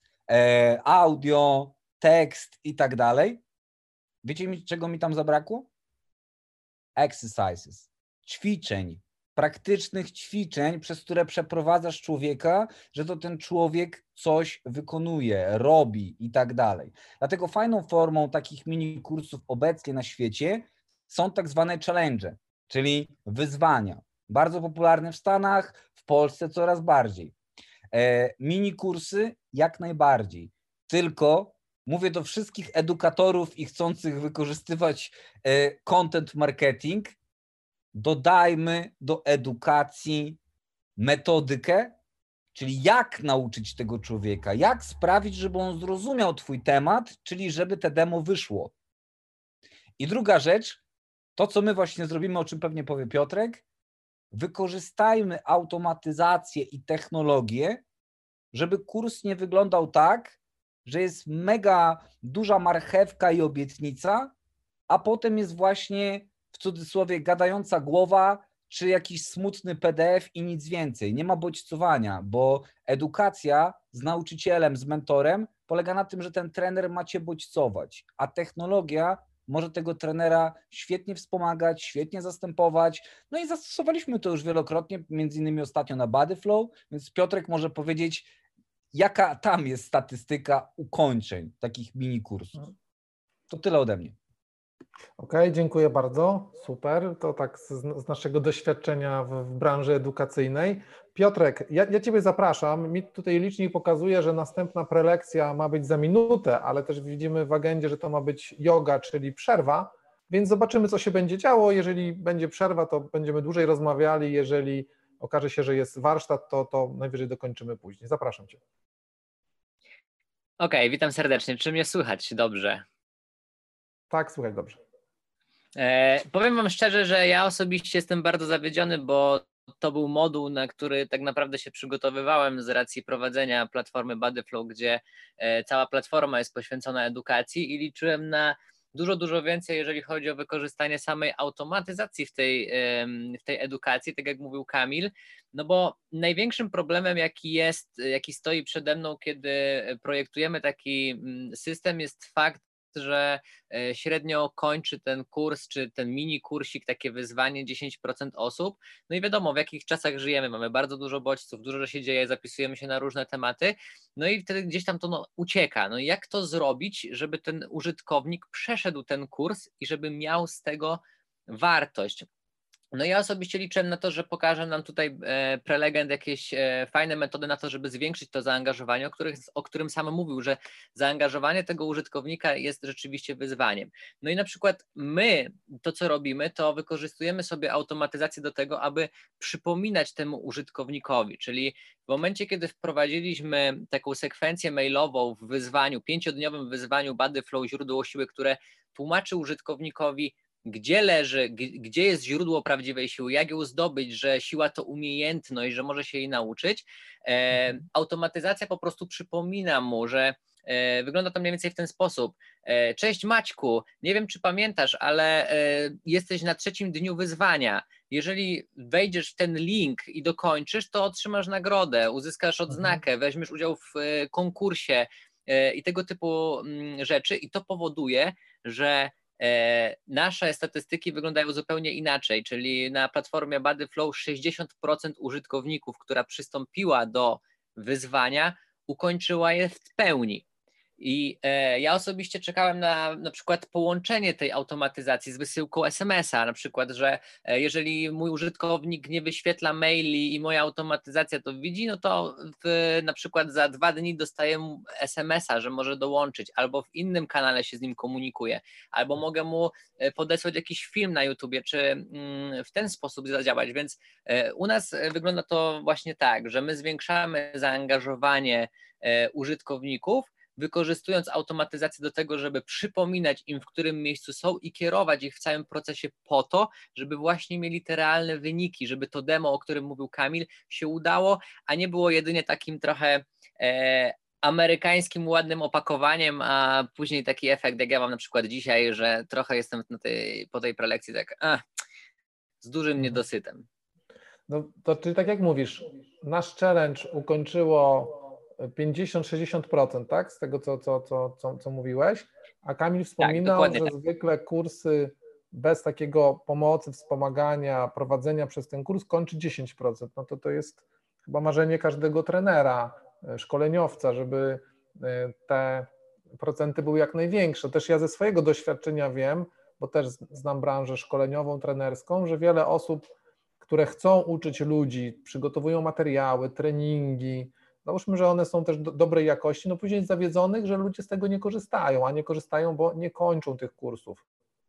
audio, tekst i tak dalej, wiecie mi, czego mi tam zabrakło? Exercises, ćwiczeń, praktycznych ćwiczeń, przez które przeprowadzasz człowieka, że to ten człowiek coś wykonuje, robi i tak dalej. Dlatego fajną formą takich mini kursów obecnie na świecie są tak zwane challenge, czyli wyzwania. Bardzo popularne w Stanach, w Polsce coraz bardziej. E, mini kursy jak najbardziej, tylko mówię do wszystkich edukatorów i chcących wykorzystywać e, content marketing, dodajmy do edukacji metodykę, czyli jak nauczyć tego człowieka, jak sprawić, żeby on zrozumiał twój temat, czyli żeby te demo wyszło. I druga rzecz, to co my właśnie zrobimy, o czym pewnie powie Piotrek, wykorzystajmy automatyzację i technologię, żeby kurs nie wyglądał tak, że jest mega duża marchewka i obietnica, a potem jest właśnie w cudzysłowie gadająca głowa, czy jakiś smutny P D F i nic więcej. Nie ma bodźcowania, bo edukacja z nauczycielem, z mentorem polega na tym, że ten trener ma cię bodźcować, a technologia może tego trenera świetnie wspomagać, świetnie zastępować. No i zastosowaliśmy to już wielokrotnie, między innymi ostatnio na Bodyflow, więc Piotrek może powiedzieć, jaka tam jest statystyka ukończeń takich mini kursów. To tyle ode mnie. Okej, okay, dziękuję bardzo. Super. To tak z, z naszego doświadczenia w, w branży edukacyjnej. Piotrek, ja, ja Ciebie zapraszam. Mi tutaj licznik pokazuje, że następna prelekcja ma być za minutę, ale też widzimy w agendzie, że to ma być yoga, czyli przerwa, więc zobaczymy, co się będzie działo. Jeżeli będzie przerwa, to będziemy dłużej rozmawiali. Jeżeli okaże się, że jest warsztat, to, to najwyżej dokończymy później. Zapraszam Cię. Okej, okay, witam serdecznie. Czy mnie słychać dobrze? Tak, słychać dobrze. E, powiem Wam szczerze, że ja osobiście jestem bardzo zawiedziony, bo to był moduł, na który tak naprawdę się przygotowywałem z racji prowadzenia platformy Bodyflow, gdzie e, cała platforma jest poświęcona edukacji i liczyłem na dużo, dużo więcej, jeżeli chodzi o wykorzystanie samej automatyzacji w tej, w tej edukacji, tak jak mówił Kamil, no bo największym problemem, jaki jest, jaki stoi przede mną, kiedy projektujemy taki system, jest fakt, że średnio kończy ten kurs, czy ten mini kursik, takie wyzwanie dziesięć procent osób. No i wiadomo, w jakich czasach żyjemy, mamy bardzo dużo bodźców, dużo się dzieje, zapisujemy się na różne tematy, no i wtedy gdzieś tam to no, ucieka. No i jak to zrobić, żeby ten użytkownik przeszedł ten kurs i żeby miał z tego wartość? No ja osobiście liczyłem na to, że pokaże nam tutaj prelegent jakieś fajne metody na to, żeby zwiększyć to zaangażowanie, o, których, o którym sam mówił, że zaangażowanie tego użytkownika jest rzeczywiście wyzwaniem. No i na przykład my, to co robimy, to wykorzystujemy sobie automatyzację do tego, aby przypominać temu użytkownikowi, czyli w momencie, kiedy wprowadziliśmy taką sekwencję mailową w wyzwaniu, pięciodniowym wyzwaniu Bodyflow źródło siły, które tłumaczy użytkownikowi, gdzie leży, gdzie jest źródło prawdziwej siły, jak ją zdobyć, że siła to umiejętność, że może się jej nauczyć. E, automatyzacja po prostu przypomina mu, że e, wygląda to mniej więcej w ten sposób. E, Cześć Maćku, nie wiem czy pamiętasz, ale e, jesteś na trzecim dniu wyzwania. Jeżeli wejdziesz w ten link i dokończysz, to otrzymasz nagrodę, uzyskasz odznakę, weźmiesz udział w e, konkursie e, i tego typu m, rzeczy i to powoduje, że nasze statystyki wyglądają zupełnie inaczej, czyli na platformie Bodyflow sześćdziesiąt procent użytkowników, która przystąpiła do wyzwania, ukończyła je w pełni. I e, ja osobiście czekałem na na przykład połączenie tej automatyzacji z wysyłką es em es a, na przykład, że e, jeżeli mój użytkownik nie wyświetla maili i moja automatyzacja to widzi, no to w, na przykład za dwa dni dostaję mu es em es a, że może dołączyć, albo w innym kanale się z nim komunikuję, albo mogę mu podesłać jakiś film na YouTubie, czy mm, w ten sposób zadziałać, więc e, u nas wygląda to właśnie tak, że my zwiększamy zaangażowanie e, użytkowników, wykorzystując automatyzację do tego, żeby przypominać im, w którym miejscu są i kierować ich w całym procesie po to, żeby właśnie mieli te realne wyniki, żeby to demo, o którym mówił Kamil, się udało, a nie było jedynie takim trochę e, amerykańskim ładnym opakowaniem, a później taki efekt, jak ja mam na przykład dzisiaj, że trochę jestem na tej, po tej prelekcji tak a, z dużym niedosytem. No to czyli tak jak mówisz, nasz challenge ukończyło pięćdziesiąt do sześćdziesięciu procent, tak? Z tego, co, co, co, co, co mówiłeś. A Kamil wspominał, tak, że tak. zwykle kursy bez takiego pomocy, wspomagania, prowadzenia przez ten kurs kończy dziesięć procent. No to to jest chyba marzenie każdego trenera, szkoleniowca, żeby te procenty były jak największe. Też ja ze swojego doświadczenia wiem, bo też znam branżę szkoleniową, trenerską, że wiele osób, które chcą uczyć ludzi, przygotowują materiały, treningi, załóżmy, że one są też do, dobrej jakości, no później jest zawiedzonych, że ludzie z tego nie korzystają, a nie korzystają, bo nie kończą tych kursów.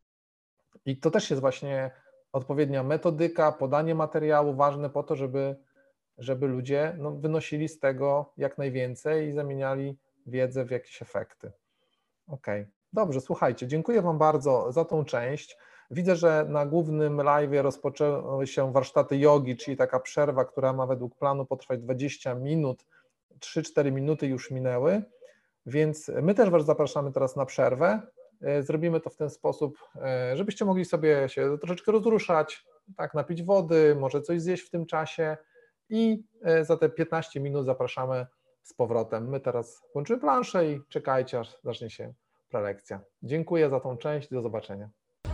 I to też jest właśnie odpowiednia metodyka, podanie materiału ważne po to, żeby, żeby ludzie no, wynosili z tego jak najwięcej i zamieniali wiedzę w jakieś efekty. Okej, okay. Dobrze, słuchajcie, dziękuję Wam bardzo za tą część. Widzę, że na głównym live'ie rozpoczęły się warsztaty jogi, czyli taka przerwa, która ma według planu potrwać dwadzieścia minut, trzy cztery minuty już minęły, więc my też Was zapraszamy teraz na przerwę. Zrobimy to w ten sposób, żebyście mogli sobie się troszeczkę rozruszać, tak, napić wody, może coś zjeść w tym czasie i za te piętnaście minut zapraszamy z powrotem. My teraz włączymy planszę i czekajcie, aż zacznie się prelekcja. Dziękuję za tą część, do zobaczenia.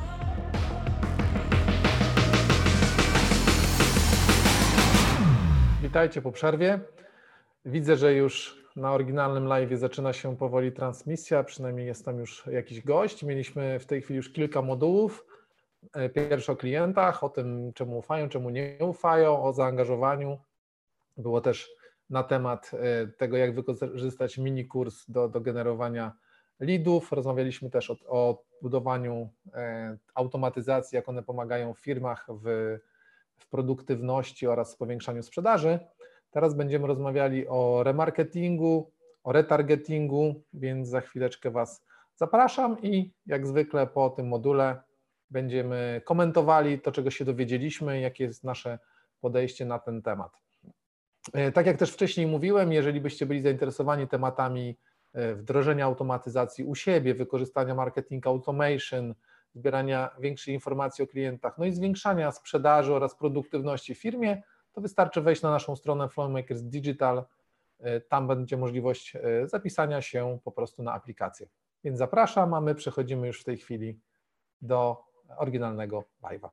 Witajcie po przerwie. Widzę, że już na oryginalnym live zaczyna się powoli transmisja, przynajmniej jest tam już jakiś gość. Mieliśmy w tej chwili już kilka modułów. Pierwszy o klientach, o tym, czemu ufają, czemu nie ufają, o zaangażowaniu. Było też na temat tego, jak wykorzystać mini kurs do, do generowania leadów. Rozmawialiśmy też o, o budowaniu automatyzacji, jak one pomagają w firmach w, w produktywności oraz powiększaniu sprzedaży. Teraz będziemy rozmawiali o remarketingu, o retargetingu, więc za chwileczkę Was zapraszam i jak zwykle po tym module będziemy komentowali to, czego się dowiedzieliśmy, jakie jest nasze podejście na ten temat. Tak jak też wcześniej mówiłem, jeżeli byście byli zainteresowani tematami wdrożenia automatyzacji u siebie, wykorzystania marketing automation, zbierania większej informacji o klientach, no i zwiększania sprzedaży oraz produktywności w firmie, to wystarczy wejść na naszą stronę Flowmakers Digital, tam będzie możliwość zapisania się po prostu na aplikację. Więc zapraszam, a my przechodzimy już w tej chwili do oryginalnego live'a.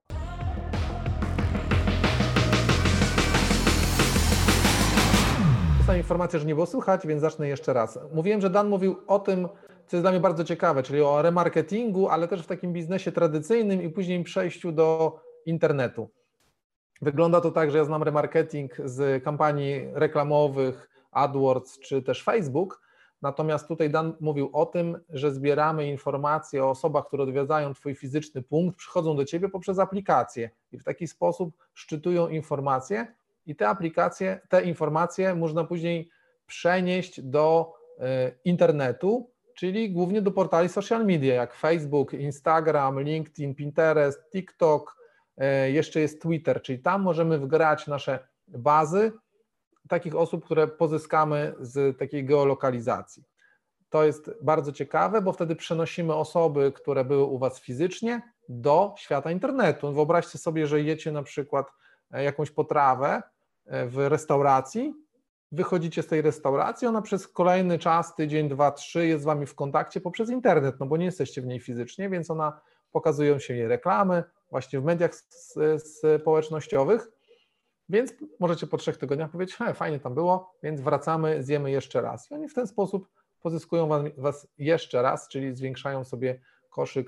Dostałem informację, że nie było słychać, więc zacznę jeszcze raz. Mówiłem, że Dan mówił o tym, co jest dla mnie bardzo ciekawe, czyli o remarketingu, ale też w takim biznesie tradycyjnym i później przejściu do internetu. Wygląda to tak, że ja znam remarketing z kampanii reklamowych, AdWords czy też Facebook, natomiast tutaj Dan mówił o tym, że zbieramy informacje o osobach, które odwiedzają Twój fizyczny punkt, przychodzą do Ciebie poprzez aplikacje i w taki sposób szczytują informacje i te aplikacje, te informacje można później przenieść do internetu, czyli głównie do portali social media jak Facebook, Instagram, LinkedIn, Pinterest, TikTok, jeszcze jest Twitter, czyli tam możemy wgrać nasze bazy takich osób, które pozyskamy z takiej geolokalizacji. To jest bardzo ciekawe, bo wtedy przenosimy osoby, które były u Was fizycznie do świata internetu. Wyobraźcie sobie, że jecie na przykład jakąś potrawę w restauracji, wychodzicie z tej restauracji, ona przez kolejny czas, tydzień, dwa, trzy jest z Wami w kontakcie poprzez internet, no bo nie jesteście w niej fizycznie, więc ona pokazują się jej reklamy właśnie w mediach społecznościowych, więc możecie po trzech tygodniach powiedzieć, he, fajnie tam było, więc wracamy, zjemy jeszcze raz. I oni w ten sposób pozyskują was, was jeszcze raz, czyli zwiększają sobie koszyk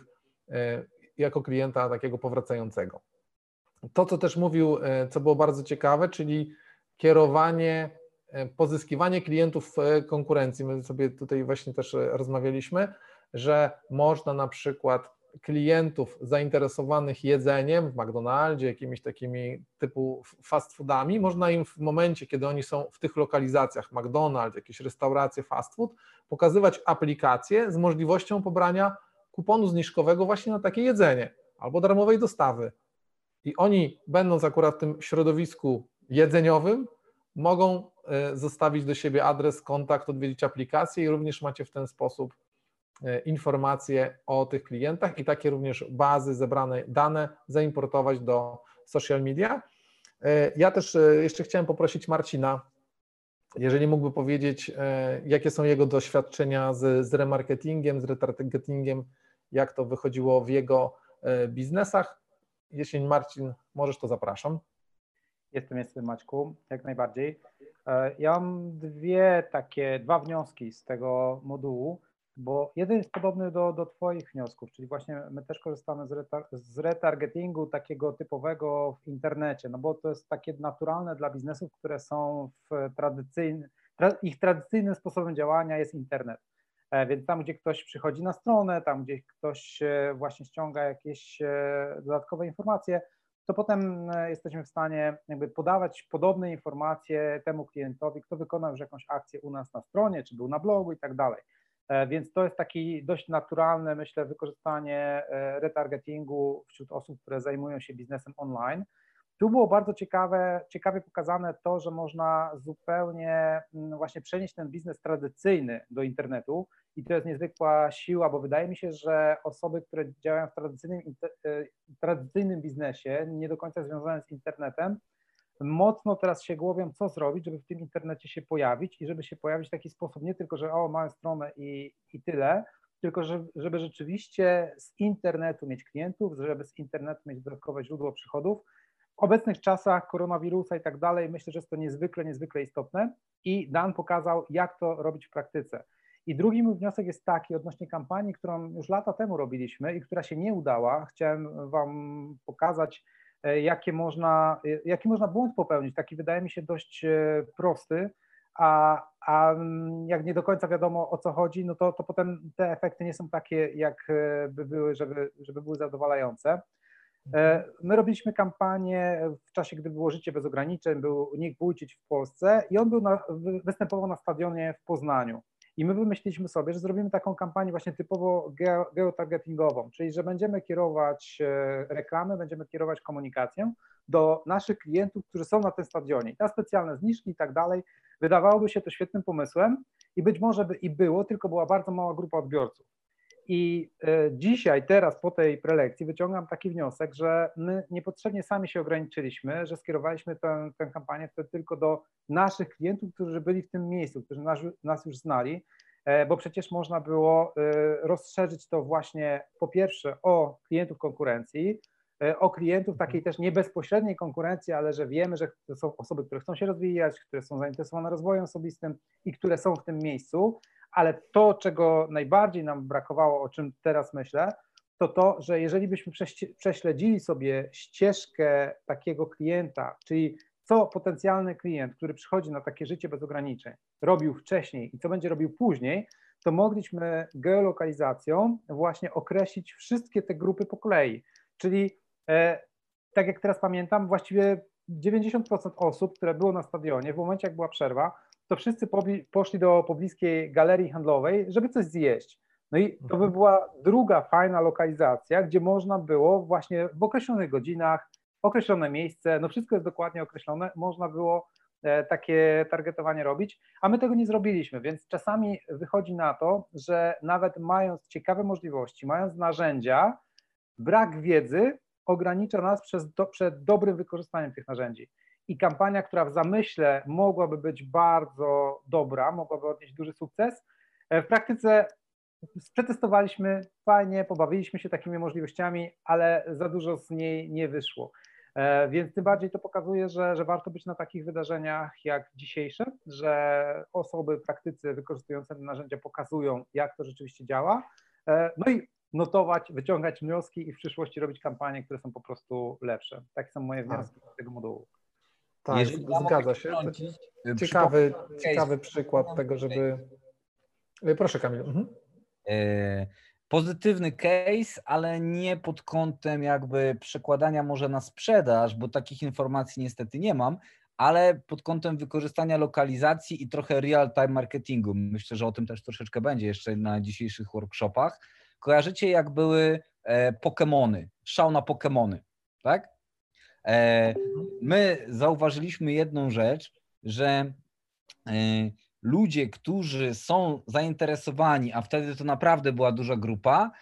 jako klienta takiego powracającego. To, co też mówił, co było bardzo ciekawe, czyli kierowanie, pozyskiwanie klientów w konkurencji. My sobie tutaj właśnie też rozmawialiśmy, że można na przykład klientów zainteresowanych jedzeniem w McDonaldzie, jakimiś takimi typu fast foodami, można im w momencie, kiedy oni są w tych lokalizacjach, McDonald's, jakieś restauracje fast food, pokazywać aplikację z możliwością pobrania kuponu zniżkowego właśnie na takie jedzenie albo darmowej dostawy. I oni, będąc akurat w tym środowisku jedzeniowym, mogą zostawić do siebie adres, kontakt, odwiedzić aplikację i również macie w ten sposób informacje o tych klientach i takie również bazy, zebrane dane zaimportować do social media. Ja też jeszcze chciałem poprosić Marcina, jeżeli mógłby powiedzieć, jakie są jego doświadczenia z, z remarketingiem, z retargetingiem, jak to wychodziło w jego biznesach. Jeśli Marcin, możesz, to zapraszam. Jestem, jestem Maćku, jak najbardziej. Ja mam dwie takie, dwa wnioski z tego modułu, bo jeden jest podobny do, do Twoich wniosków, czyli właśnie my też korzystamy z, retar z retargetingu takiego typowego w internecie, no bo to jest takie naturalne dla biznesów, które są w tradycyjnym, tra ich tradycyjnym sposobem działania jest internet. Więc tam, gdzie ktoś przychodzi na stronę, tam, gdzie ktoś właśnie ściąga jakieś dodatkowe informacje, to potem jesteśmy w stanie jakby podawać podobne informacje temu klientowi, kto wykonał już jakąś akcję u nas na stronie, czy był na blogu i tak dalej. Więc to jest taki dość naturalne, myślę, wykorzystanie retargetingu wśród osób, które zajmują się biznesem online. Tu było bardzo ciekawe, ciekawie pokazane to, że można zupełnie właśnie przenieść ten biznes tradycyjny do internetu i to jest niezwykła siła, bo wydaje mi się, że osoby, które działają w tradycyjnym, tradycyjnym biznesie, nie do końca związane z internetem, mocno teraz się głowią, co zrobić, żeby w tym internecie się pojawić i żeby się pojawić w taki sposób, nie tylko, że o, mamy stronę i, i tyle, tylko żeby, żeby rzeczywiście z internetu mieć klientów, żeby z internetu mieć dodatkowe źródło przychodów. W obecnych czasach koronawirusa i tak dalej, myślę, że jest to niezwykle, niezwykle istotne i Dan pokazał, jak to robić w praktyce. I drugi mój wniosek jest taki odnośnie kampanii, którą już lata temu robiliśmy i która się nie udała. Chciałem Wam pokazać, jakie można, jaki można błąd popełnić, taki wydaje mi się dość prosty, a, a jak nie do końca wiadomo, o co chodzi, no to, to potem te efekty nie są takie, jak by były, żeby, żeby były zadowalające. My robiliśmy kampanię w czasie, gdy było życie bez ograniczeń, był Nick Wójcik w Polsce i on był na, występował na stadionie w Poznaniu. I my wymyśliliśmy sobie, że zrobimy taką kampanię właśnie typowo geotargetingową, czyli że będziemy kierować reklamy, będziemy kierować komunikację do naszych klientów, którzy są na tym stadionie. Na specjalne zniżki i tak dalej. Wydawałoby się to świetnym pomysłem i być może by i było, tylko była bardzo mała grupa odbiorców. I dzisiaj, teraz po tej prelekcji wyciągam taki wniosek, że my niepotrzebnie sami się ograniczyliśmy, że skierowaliśmy tę, tę kampanię wtedy tylko do naszych klientów, którzy byli w tym miejscu, którzy nas, nas już znali, bo przecież można było rozszerzyć to właśnie po pierwsze o klientów konkurencji, o klientów takiej też nie bezpośredniej konkurencji, ale że wiemy, że to są osoby, które chcą się rozwijać, które są zainteresowane rozwojem osobistym i które są w tym miejscu. Ale to, czego najbardziej nam brakowało, o czym teraz myślę, to to, że jeżeli byśmy prześledzili sobie ścieżkę takiego klienta, czyli co potencjalny klient, który przychodzi na takie życie bez ograniczeń, robił wcześniej i co będzie robił później, to mogliśmy geolokalizacją właśnie określić wszystkie te grupy po kolei. Czyli e, tak jak teraz pamiętam, właściwie dziewięćdziesiąt procent osób, które było na stadionie w momencie, jak była przerwa, to wszyscy poszli do pobliskiej galerii handlowej, żeby coś zjeść. No i to by była druga fajna lokalizacja, gdzie można było właśnie w określonych godzinach, określone miejsce, no wszystko jest dokładnie określone, można było takie targetowanie robić, a my tego nie zrobiliśmy, więc czasami wychodzi na to, że nawet mając ciekawe możliwości, mając narzędzia, brak wiedzy ogranicza nas przez do, przed dobrym wykorzystaniem tych narzędzi. I kampania, która w zamyśle mogłaby być bardzo dobra, mogłaby odnieść duży sukces, w praktyce przetestowaliśmy, fajnie, pobawiliśmy się takimi możliwościami, ale za dużo z niej nie wyszło. Więc tym bardziej to pokazuje, że, że warto być na takich wydarzeniach jak dzisiejsze, że osoby, praktycy wykorzystujące te narzędzia pokazują, jak to rzeczywiście działa. No i notować, wyciągać wnioski i w przyszłości robić kampanie, które są po prostu lepsze. Takie są moje wnioski z tego modułu. Tak, Jeżeli ja zgadza mogę się. wtrącić, Ciekawy, przypomnę ciekawy case. przykład tego, żeby... Proszę, Kamil. Mhm. E, Pozytywny case, ale nie pod kątem jakby przekładania może na sprzedaż, bo takich informacji niestety nie mam, ale pod kątem wykorzystania lokalizacji i trochę real-time marketingu. Myślę, że o tym też troszeczkę będzie jeszcze na dzisiejszych workshopach. Kojarzycie, jak były e, Pokemony, szał na Pokemony, tak? E, my zauważyliśmy jedną rzecz, że e, ludzie, którzy są zainteresowani, a wtedy to naprawdę była duża grupa,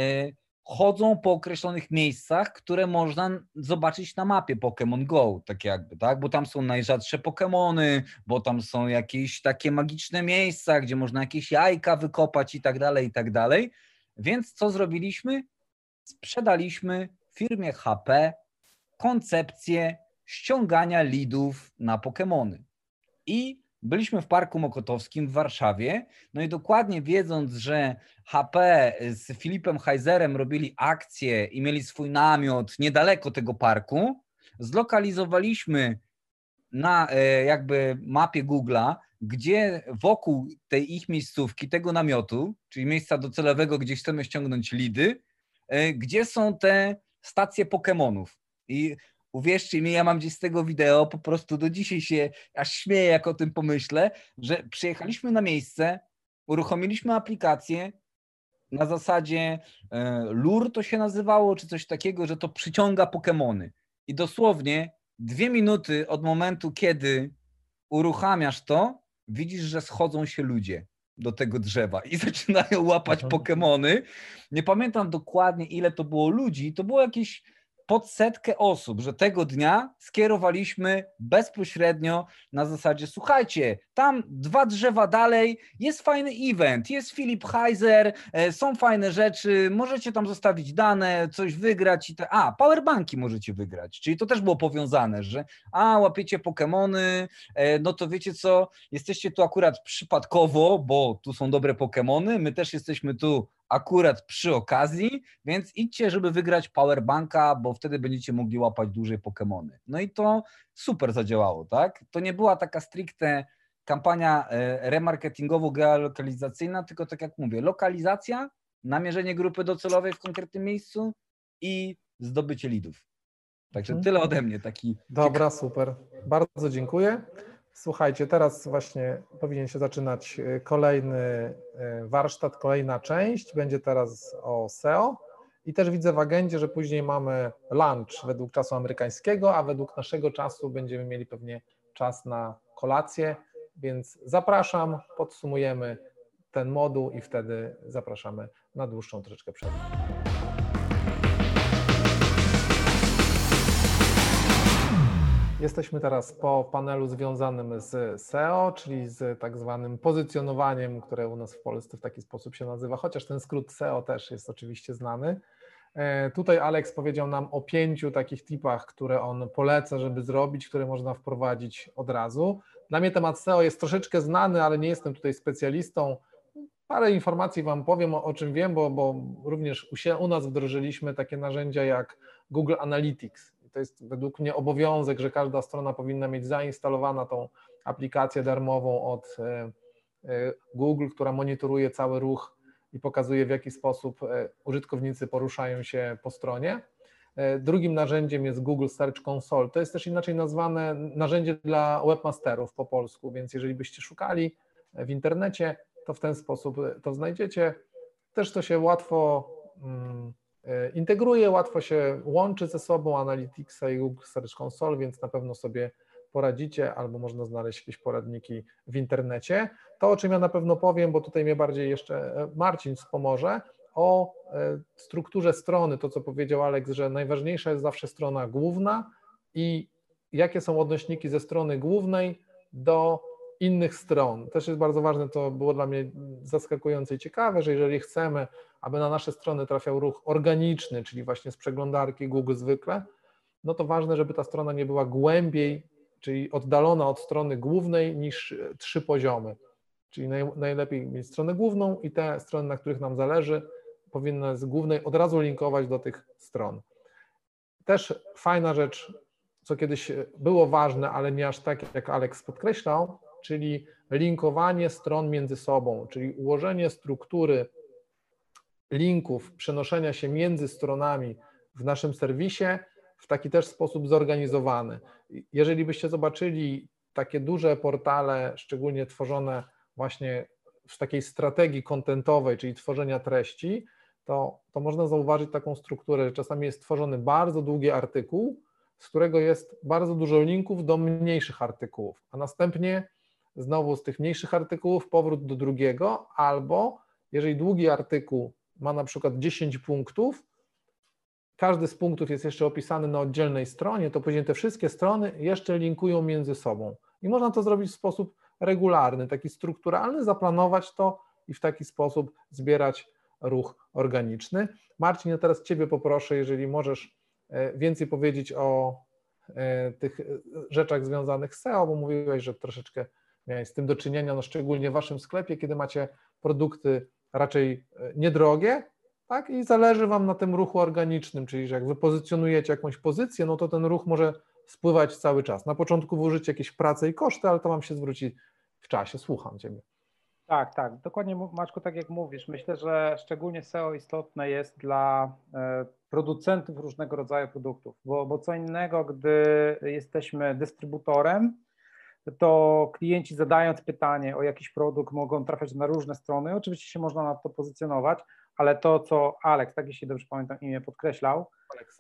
chodzą po określonych miejscach, które można zobaczyć na mapie Pokémon Go, tak jakby, tak? Bo tam są najrzadsze Pokémony, bo tam są jakieś takie magiczne miejsca, gdzie można jakieś jajka wykopać i tak dalej, i tak dalej. Więc co zrobiliśmy? Sprzedaliśmy firmie H P koncepcję ściągania leadów na Pokémony. I byliśmy w Parku Mokotowskim w Warszawie, no i dokładnie wiedząc, że H P z Filipem Heizerem robili akcję i mieli swój namiot niedaleko tego parku, zlokalizowaliśmy na jakby mapie Google'a, gdzie wokół tej ich miejscówki, tego namiotu, czyli miejsca docelowego, gdzie chcemy ściągnąć lidy, gdzie są te stacje Pokemonów. I uwierzcie mi, ja mam gdzieś z tego wideo, po prostu do dzisiaj się aż śmieję, jak o tym pomyślę, że przyjechaliśmy na miejsce, uruchomiliśmy aplikację na zasadzie e, lure to się nazywało, czy coś takiego, że to przyciąga Pokemony. I dosłownie dwie minuty od momentu, kiedy uruchamiasz to, widzisz, że schodzą się ludzie do tego drzewa i zaczynają łapać Mhm. Pokemony. Nie pamiętam dokładnie, ile to było ludzi, to było jakieś pod setkę osób, że tego dnia skierowaliśmy bezpośrednio na zasadzie, słuchajcie, tam dwa drzewa dalej jest fajny event, jest Filip Heiser, są fajne rzeczy, możecie tam zostawić dane, coś wygrać i te, a, powerbanki możecie wygrać, czyli to też było powiązane, że a, łapiecie Pokemony, no to wiecie co, jesteście tu akurat przypadkowo, bo tu są dobre Pokemony, my też jesteśmy tu akurat przy okazji, więc idźcie, żeby wygrać powerbanka, bo wtedy będziecie mogli łapać dłużej Pokemony. No i to super zadziałało, tak? To nie była taka stricte kampania remarketingowo-geolokalizacyjna, tylko tak jak mówię, lokalizacja, namierzenie grupy docelowej w konkretnym miejscu i zdobycie leadów. Także Mhm. tyle ode mnie. Taki Dobra, super. Bardzo dziękuję. Słuchajcie, teraz właśnie powinien się zaczynać kolejny warsztat, kolejna część. Będzie teraz o S E O i też widzę w agendzie, że później mamy lunch według czasu amerykańskiego, a według naszego czasu będziemy mieli pewnie czas na kolację, więc zapraszam, podsumujemy ten moduł i wtedy zapraszamy na dłuższą troszeczkę przerwę. Jesteśmy teraz po panelu związanym z S E O, czyli z tak zwanym pozycjonowaniem, które u nas w Polsce w taki sposób się nazywa, chociaż ten skrót S E O też jest oczywiście znany. Tutaj Alex powiedział nam o pięciu takich tipach, które on poleca, żeby zrobić, które można wprowadzić od razu. Dla mnie temat S E O jest troszeczkę znany, ale nie jestem tutaj specjalistą. Parę informacji Wam powiem, o, o czym wiem, bo, bo również u, się, u nas wdrożyliśmy takie narzędzia jak Google Analytics. To jest według mnie obowiązek, że każda strona powinna mieć zainstalowaną tą aplikację darmową od Google, która monitoruje cały ruch i pokazuje, w jaki sposób użytkownicy poruszają się po stronie. Drugim narzędziem jest Google Search Console. To jest też inaczej nazwane narzędzie dla webmasterów po polsku, więc jeżeli byście szukali w internecie, to w ten sposób to znajdziecie. Też to się łatwo integruje, łatwo się łączy ze sobą, Analyticsa i Google Search Console, więc na pewno sobie poradzicie, albo można znaleźć jakieś poradniki w internecie. To, o czym ja na pewno powiem, bo tutaj mnie bardziej jeszcze Marcin wspomoże, o strukturze strony, to co powiedział Alex, że najważniejsza jest zawsze strona główna i jakie są odnośniki ze strony głównej do innych stron. Też jest bardzo ważne, to było dla mnie zaskakujące i ciekawe, że jeżeli chcemy, aby na nasze strony trafiał ruch organiczny, czyli właśnie z przeglądarki Google zwykle, no to ważne, żeby ta strona nie była głębiej, czyli oddalona od strony głównej niż trzy poziomy. Czyli naj, najlepiej mieć stronę główną i te strony, na których nam zależy, powinny z głównej od razu linkować do tych stron. Też fajna rzecz, co kiedyś było ważne, ale nie aż tak, jak Alex podkreślał, czyli linkowanie stron między sobą, czyli ułożenie struktury linków, przenoszenia się między stronami w naszym serwisie w taki też sposób zorganizowany. Jeżeli byście zobaczyli takie duże portale, szczególnie tworzone właśnie w takiej strategii kontentowej, czyli tworzenia treści, to, to można zauważyć taką strukturę, że czasami jest tworzony bardzo długi artykuł, z którego jest bardzo dużo linków do mniejszych artykułów, a następnie znowu z tych mniejszych artykułów powrót do drugiego, albo jeżeli długi artykuł ma na przykład dziesięć punktów, każdy z punktów jest jeszcze opisany na oddzielnej stronie, to później te wszystkie strony jeszcze linkują między sobą. I można to zrobić w sposób regularny, taki strukturalny, zaplanować to i w taki sposób zbierać ruch organiczny. Marcin, ja teraz Ciebie poproszę, jeżeli możesz więcej powiedzieć o tych rzeczach związanych z S E O, bo mówiłeś, że troszeczkę miałeś z tym do czynienia, no szczególnie w Waszym sklepie, kiedy macie produkty raczej niedrogie, tak? I zależy Wam na tym ruchu organicznym, czyli że jak Wy pozycjonujecie jakąś pozycję, no to ten ruch może spływać cały czas. Na początku włożycie jakieś prace i koszty, ale to Wam się zwróci w czasie. Słucham Ciebie. Tak, tak, dokładnie Maćku, tak jak mówisz. Myślę, że szczególnie S E O istotne jest dla producentów różnego rodzaju produktów, bo, bo co innego, gdy jesteśmy dystrybutorem, to klienci zadając pytanie o jakiś produkt mogą trafiać na różne strony, oczywiście się można na to pozycjonować, ale to, co Alex, tak jeśli dobrze pamiętam imię, podkreślał, Alex,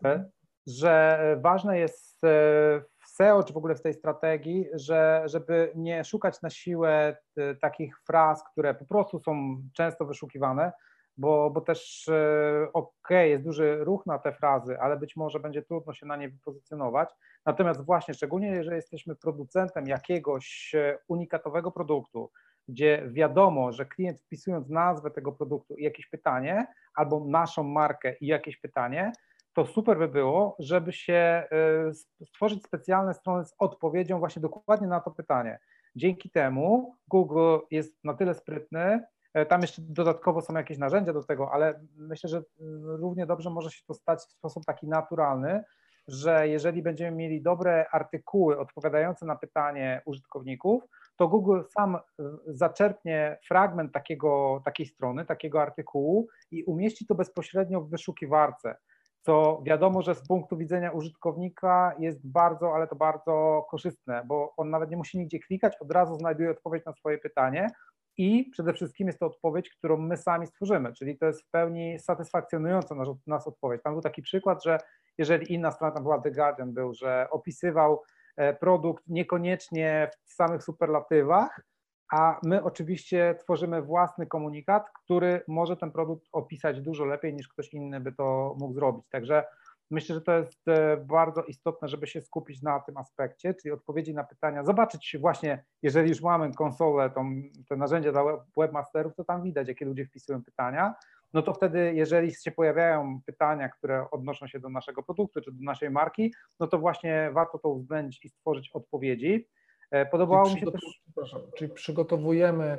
że ważne jest w S E O, czy w ogóle w tej strategii, że żeby nie szukać na siłę takich fraz, które po prostu są często wyszukiwane, bo, bo też ok, jest duży ruch na te frazy, ale być może będzie trudno się na nie wypozycjonować. Natomiast właśnie, szczególnie jeżeli jesteśmy producentem jakiegoś unikatowego produktu, gdzie wiadomo, że klient wpisując nazwę tego produktu i jakieś pytanie, albo naszą markę i jakieś pytanie, to super by było, żeby się stworzyć specjalne strony z odpowiedzią właśnie dokładnie na to pytanie. Dzięki temu Google jest na tyle sprytny, tam jeszcze dodatkowo są jakieś narzędzia do tego, ale myślę, że równie dobrze może się to stać w sposób taki naturalny, że jeżeli będziemy mieli dobre artykuły odpowiadające na pytanie użytkowników, to Google sam zaczerpnie fragment takiego, takiej strony, takiego artykułu i umieści to bezpośrednio w wyszukiwarce, co wiadomo, że z punktu widzenia użytkownika jest bardzo, ale to bardzo korzystne, bo on nawet nie musi nigdzie klikać, od razu znajduje odpowiedź na swoje pytanie i przede wszystkim jest to odpowiedź, którą my sami stworzymy, czyli to jest w pełni satysfakcjonująca nas, nas odpowiedź. Tam był taki przykład, że jeżeli inna strona, tam była The Guardian był, że opisywał produkt niekoniecznie w samych superlatywach, a my oczywiście tworzymy własny komunikat, który może ten produkt opisać dużo lepiej niż ktoś inny by to mógł zrobić. Także myślę, że to jest bardzo istotne, żeby się skupić na tym aspekcie, czyli odpowiedzi na pytania, zobaczyć właśnie, jeżeli już mamy konsolę, tą, te narzędzia dla webmasterów, to tam widać, jakie ludzie wpisują pytania, no to wtedy, jeżeli się pojawiają pytania, które odnoszą się do naszego produktu czy do naszej marki, no to właśnie warto to uwzględnić i stworzyć odpowiedzi. Podobało mi się też... Czyli przygotowujemy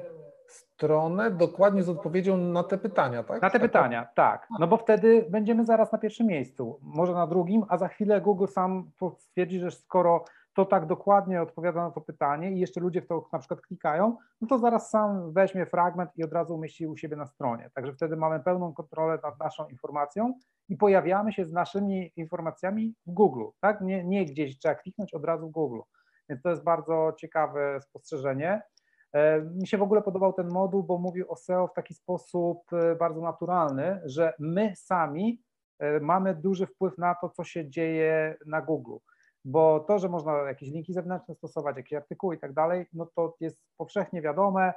stronę dokładnie z odpowiedzią na te pytania, tak? Na te pytania, tak. No bo wtedy będziemy zaraz na pierwszym miejscu, może na drugim, a za chwilę Google sam stwierdzi, że skoro to tak dokładnie odpowiada na to pytanie i jeszcze ludzie w to na przykład klikają, no to zaraz sam weźmie fragment i od razu umieści u siebie na stronie. Także wtedy mamy pełną kontrolę nad naszą informacją i pojawiamy się z naszymi informacjami w Google, tak? Nie, nie gdzieś trzeba kliknąć, od razu w Google. Więc to jest bardzo ciekawe spostrzeżenie. Mi się w ogóle podobał ten moduł, bo mówił o S E O w taki sposób bardzo naturalny, że my sami mamy duży wpływ na to, co się dzieje na Google, bo to, że można jakieś linki zewnętrzne stosować, jakieś artykuły i tak dalej, no to jest powszechnie wiadome,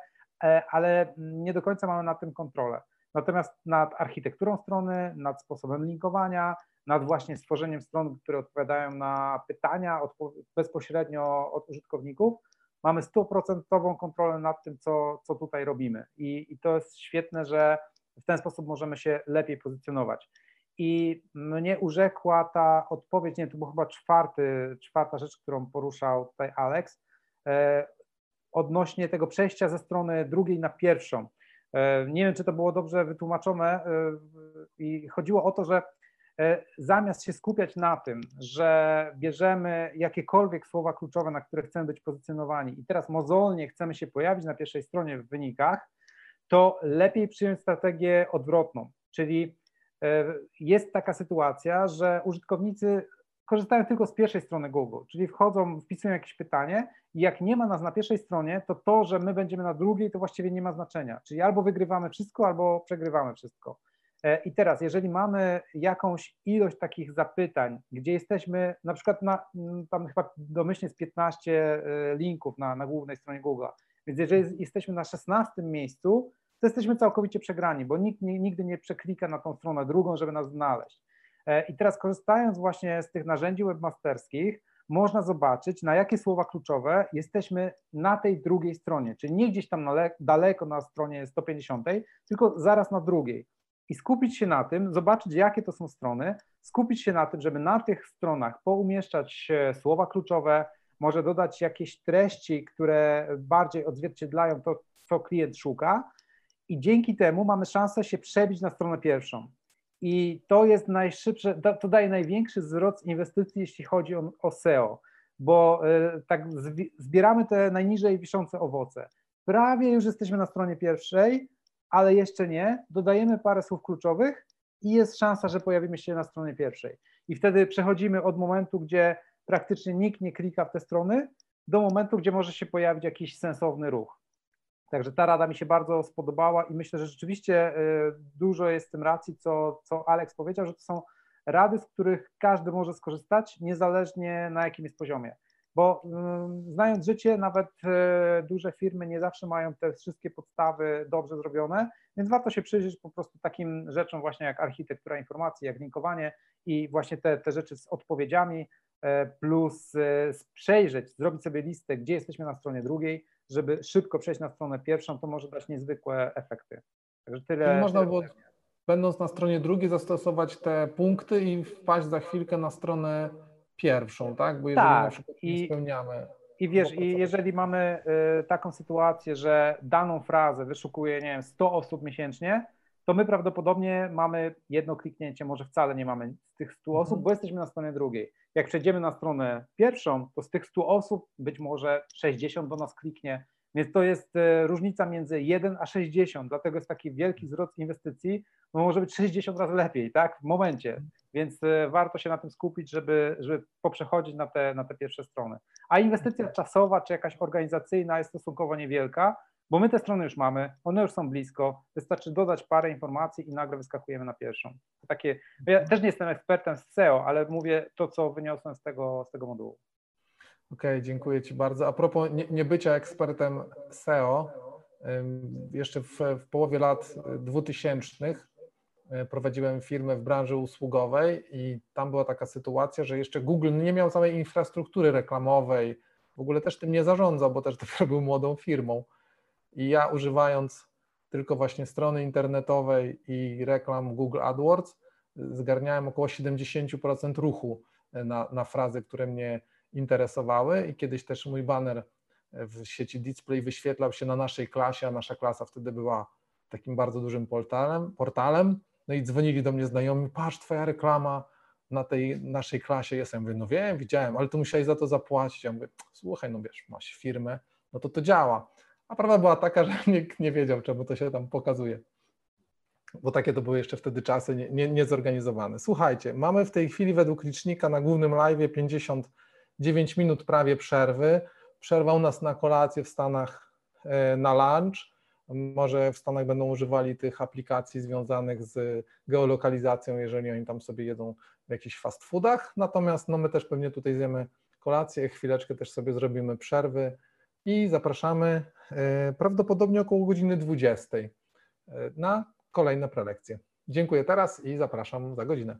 ale nie do końca mamy nad tym kontrolę. Natomiast nad architekturą strony, nad sposobem linkowania, nad właśnie stworzeniem stron, które odpowiadają na pytania bezpośrednio od użytkowników, mamy stuprocentową kontrolę nad tym, co, co tutaj robimy. I, I to jest świetne, że w ten sposób możemy się lepiej pozycjonować. I mnie urzekła ta odpowiedź, nie, to była chyba czwarty, czwarta rzecz, którą poruszał tutaj Alex, odnośnie tego przejścia ze strony drugiej na pierwszą. Nie wiem, czy to było dobrze wytłumaczone i chodziło o to, że zamiast się skupiać na tym, że bierzemy jakiekolwiek słowa kluczowe, na które chcemy być pozycjonowani i teraz mozolnie chcemy się pojawić na pierwszej stronie w wynikach, to lepiej przyjąć strategię odwrotną, czyli jest taka sytuacja, że użytkownicy korzystają tylko z pierwszej strony Google, czyli wchodzą, wpisują jakieś pytanie i jak nie ma nas na pierwszej stronie, to to, że my będziemy na drugiej, to właściwie nie ma znaczenia, czyli albo wygrywamy wszystko, albo przegrywamy wszystko. I teraz, jeżeli mamy jakąś ilość takich zapytań, gdzie jesteśmy na przykład na, tam chyba domyślnie z piętnaście linków na, na głównej stronie Google'a, więc jeżeli jesteśmy na szesnastym miejscu, to jesteśmy całkowicie przegrani, bo nikt nie, nigdy nie przeklika na tą stronę drugą, żeby nas znaleźć. I teraz korzystając właśnie z tych narzędzi webmasterskich, można zobaczyć, na jakie słowa kluczowe jesteśmy na tej drugiej stronie, czyli nie gdzieś tam na, daleko na stronie sto pięćdziesiątej, tylko zaraz na drugiej. I skupić się na tym, zobaczyć, jakie to są strony, skupić się na tym, żeby na tych stronach poumieszczać słowa kluczowe, może dodać jakieś treści, które bardziej odzwierciedlają to, co klient szuka, i dzięki temu mamy szansę się przebić na stronę pierwszą. I to jest najszybsze, to daje największy wzrost inwestycji, jeśli chodzi o, o S E O, bo y, tak zbieramy te najniżej wiszące owoce. Prawie już jesteśmy na stronie pierwszej, ale jeszcze nie, dodajemy parę słów kluczowych i jest szansa, że pojawimy się na stronie pierwszej. I wtedy przechodzimy od momentu, gdzie praktycznie nikt nie klika w te strony, do momentu, gdzie może się pojawić jakiś sensowny ruch. Także ta rada mi się bardzo spodobała i myślę, że rzeczywiście dużo jest w tym racji, co, co Alex powiedział, że to są rady, z których każdy może skorzystać, niezależnie na jakim jest poziomie. Bo znając życie, nawet duże firmy nie zawsze mają te wszystkie podstawy dobrze zrobione, więc warto się przyjrzeć po prostu takim rzeczom właśnie jak architektura informacji, jak linkowanie i właśnie te, te rzeczy z odpowiedziami, plus przejrzeć, zrobić sobie listę, gdzie jesteśmy na stronie drugiej, żeby szybko przejść na stronę pierwszą, to może dać niezwykłe efekty. Także tyle. Czyli można tyle było, będąc na stronie drugiej, zastosować te punkty i wpaść za chwilkę na stronę pierwszą, tak? Bo jeżeli tak, na przykład nie i, spełniamy... I wiesz, i jeżeli mamy y, taką sytuację, że daną frazę wyszukuje, nie wiem, sto osób miesięcznie, to my prawdopodobnie mamy jedno kliknięcie, może wcale nie mamy z tych stu osób, mhm. bo jesteśmy na stronie drugiej. Jak przejdziemy na stronę pierwszą, to z tych stu osób być może sześćdziesiąt do nas kliknie, więc to jest y, różnica między jeden a sześćdziesiąt, dlatego jest taki wielki wzrost inwestycji, bo może być sześćdziesiąt razy lepiej, tak, w momencie, więc y, warto się na tym skupić, żeby, żeby poprzechodzić na te, na te pierwsze strony. A inwestycja czasowa czy jakaś organizacyjna jest stosunkowo niewielka, bo my te strony już mamy, one już są blisko, wystarczy dodać parę informacji i nagle wyskakujemy na pierwszą. Takie, ja też nie jestem ekspertem z S E O, ale mówię to, co wyniosłem z tego, z tego modułu. Okej, okay, dziękuję Ci bardzo. A propos nie, nie bycia ekspertem S E O, jeszcze w, w połowie lat dwutysięcznych prowadziłem firmę w branży usługowej i tam była taka sytuacja, że jeszcze Google nie miał całej infrastruktury reklamowej, w ogóle też tym nie zarządzał, bo też dopiero był młodą firmą. I ja używając tylko właśnie strony internetowej i reklam Google AdWords zgarniałem około siedemdziesiąt procent ruchu na, na frazy, które mnie interesowały i kiedyś też mój baner w sieci Display wyświetlał się na naszej klasie, a nasza klasa wtedy była takim bardzo dużym portalem, portalem. No i dzwonili do mnie znajomi, patrz, twoja reklama na tej naszej klasie jest. Ja mówię, no wiem, widziałem, ale tu musiałeś za to zapłacić. Ja mówię, słuchaj, no wiesz, masz firmę, no to to działa. A prawda była taka, że nikt nie wiedział, czemu to się tam pokazuje. Bo takie to były jeszcze wtedy czasy nie, nie, niezorganizowane. Słuchajcie, mamy w tej chwili według licznika na głównym live'ie pięćdziesiąt dziewięć minut prawie przerwy. Przerwa u nas na kolację w Stanach na lunch. Może w Stanach będą używali tych aplikacji związanych z geolokalizacją, jeżeli oni tam sobie jedzą w jakichś fast foodach. Natomiast no, my też pewnie tutaj zjemy kolację, chwileczkę też sobie zrobimy przerwy i zapraszamy prawdopodobnie około godziny dwudziestej na kolejne prelekcje. Dziękuję teraz i zapraszam za godzinę.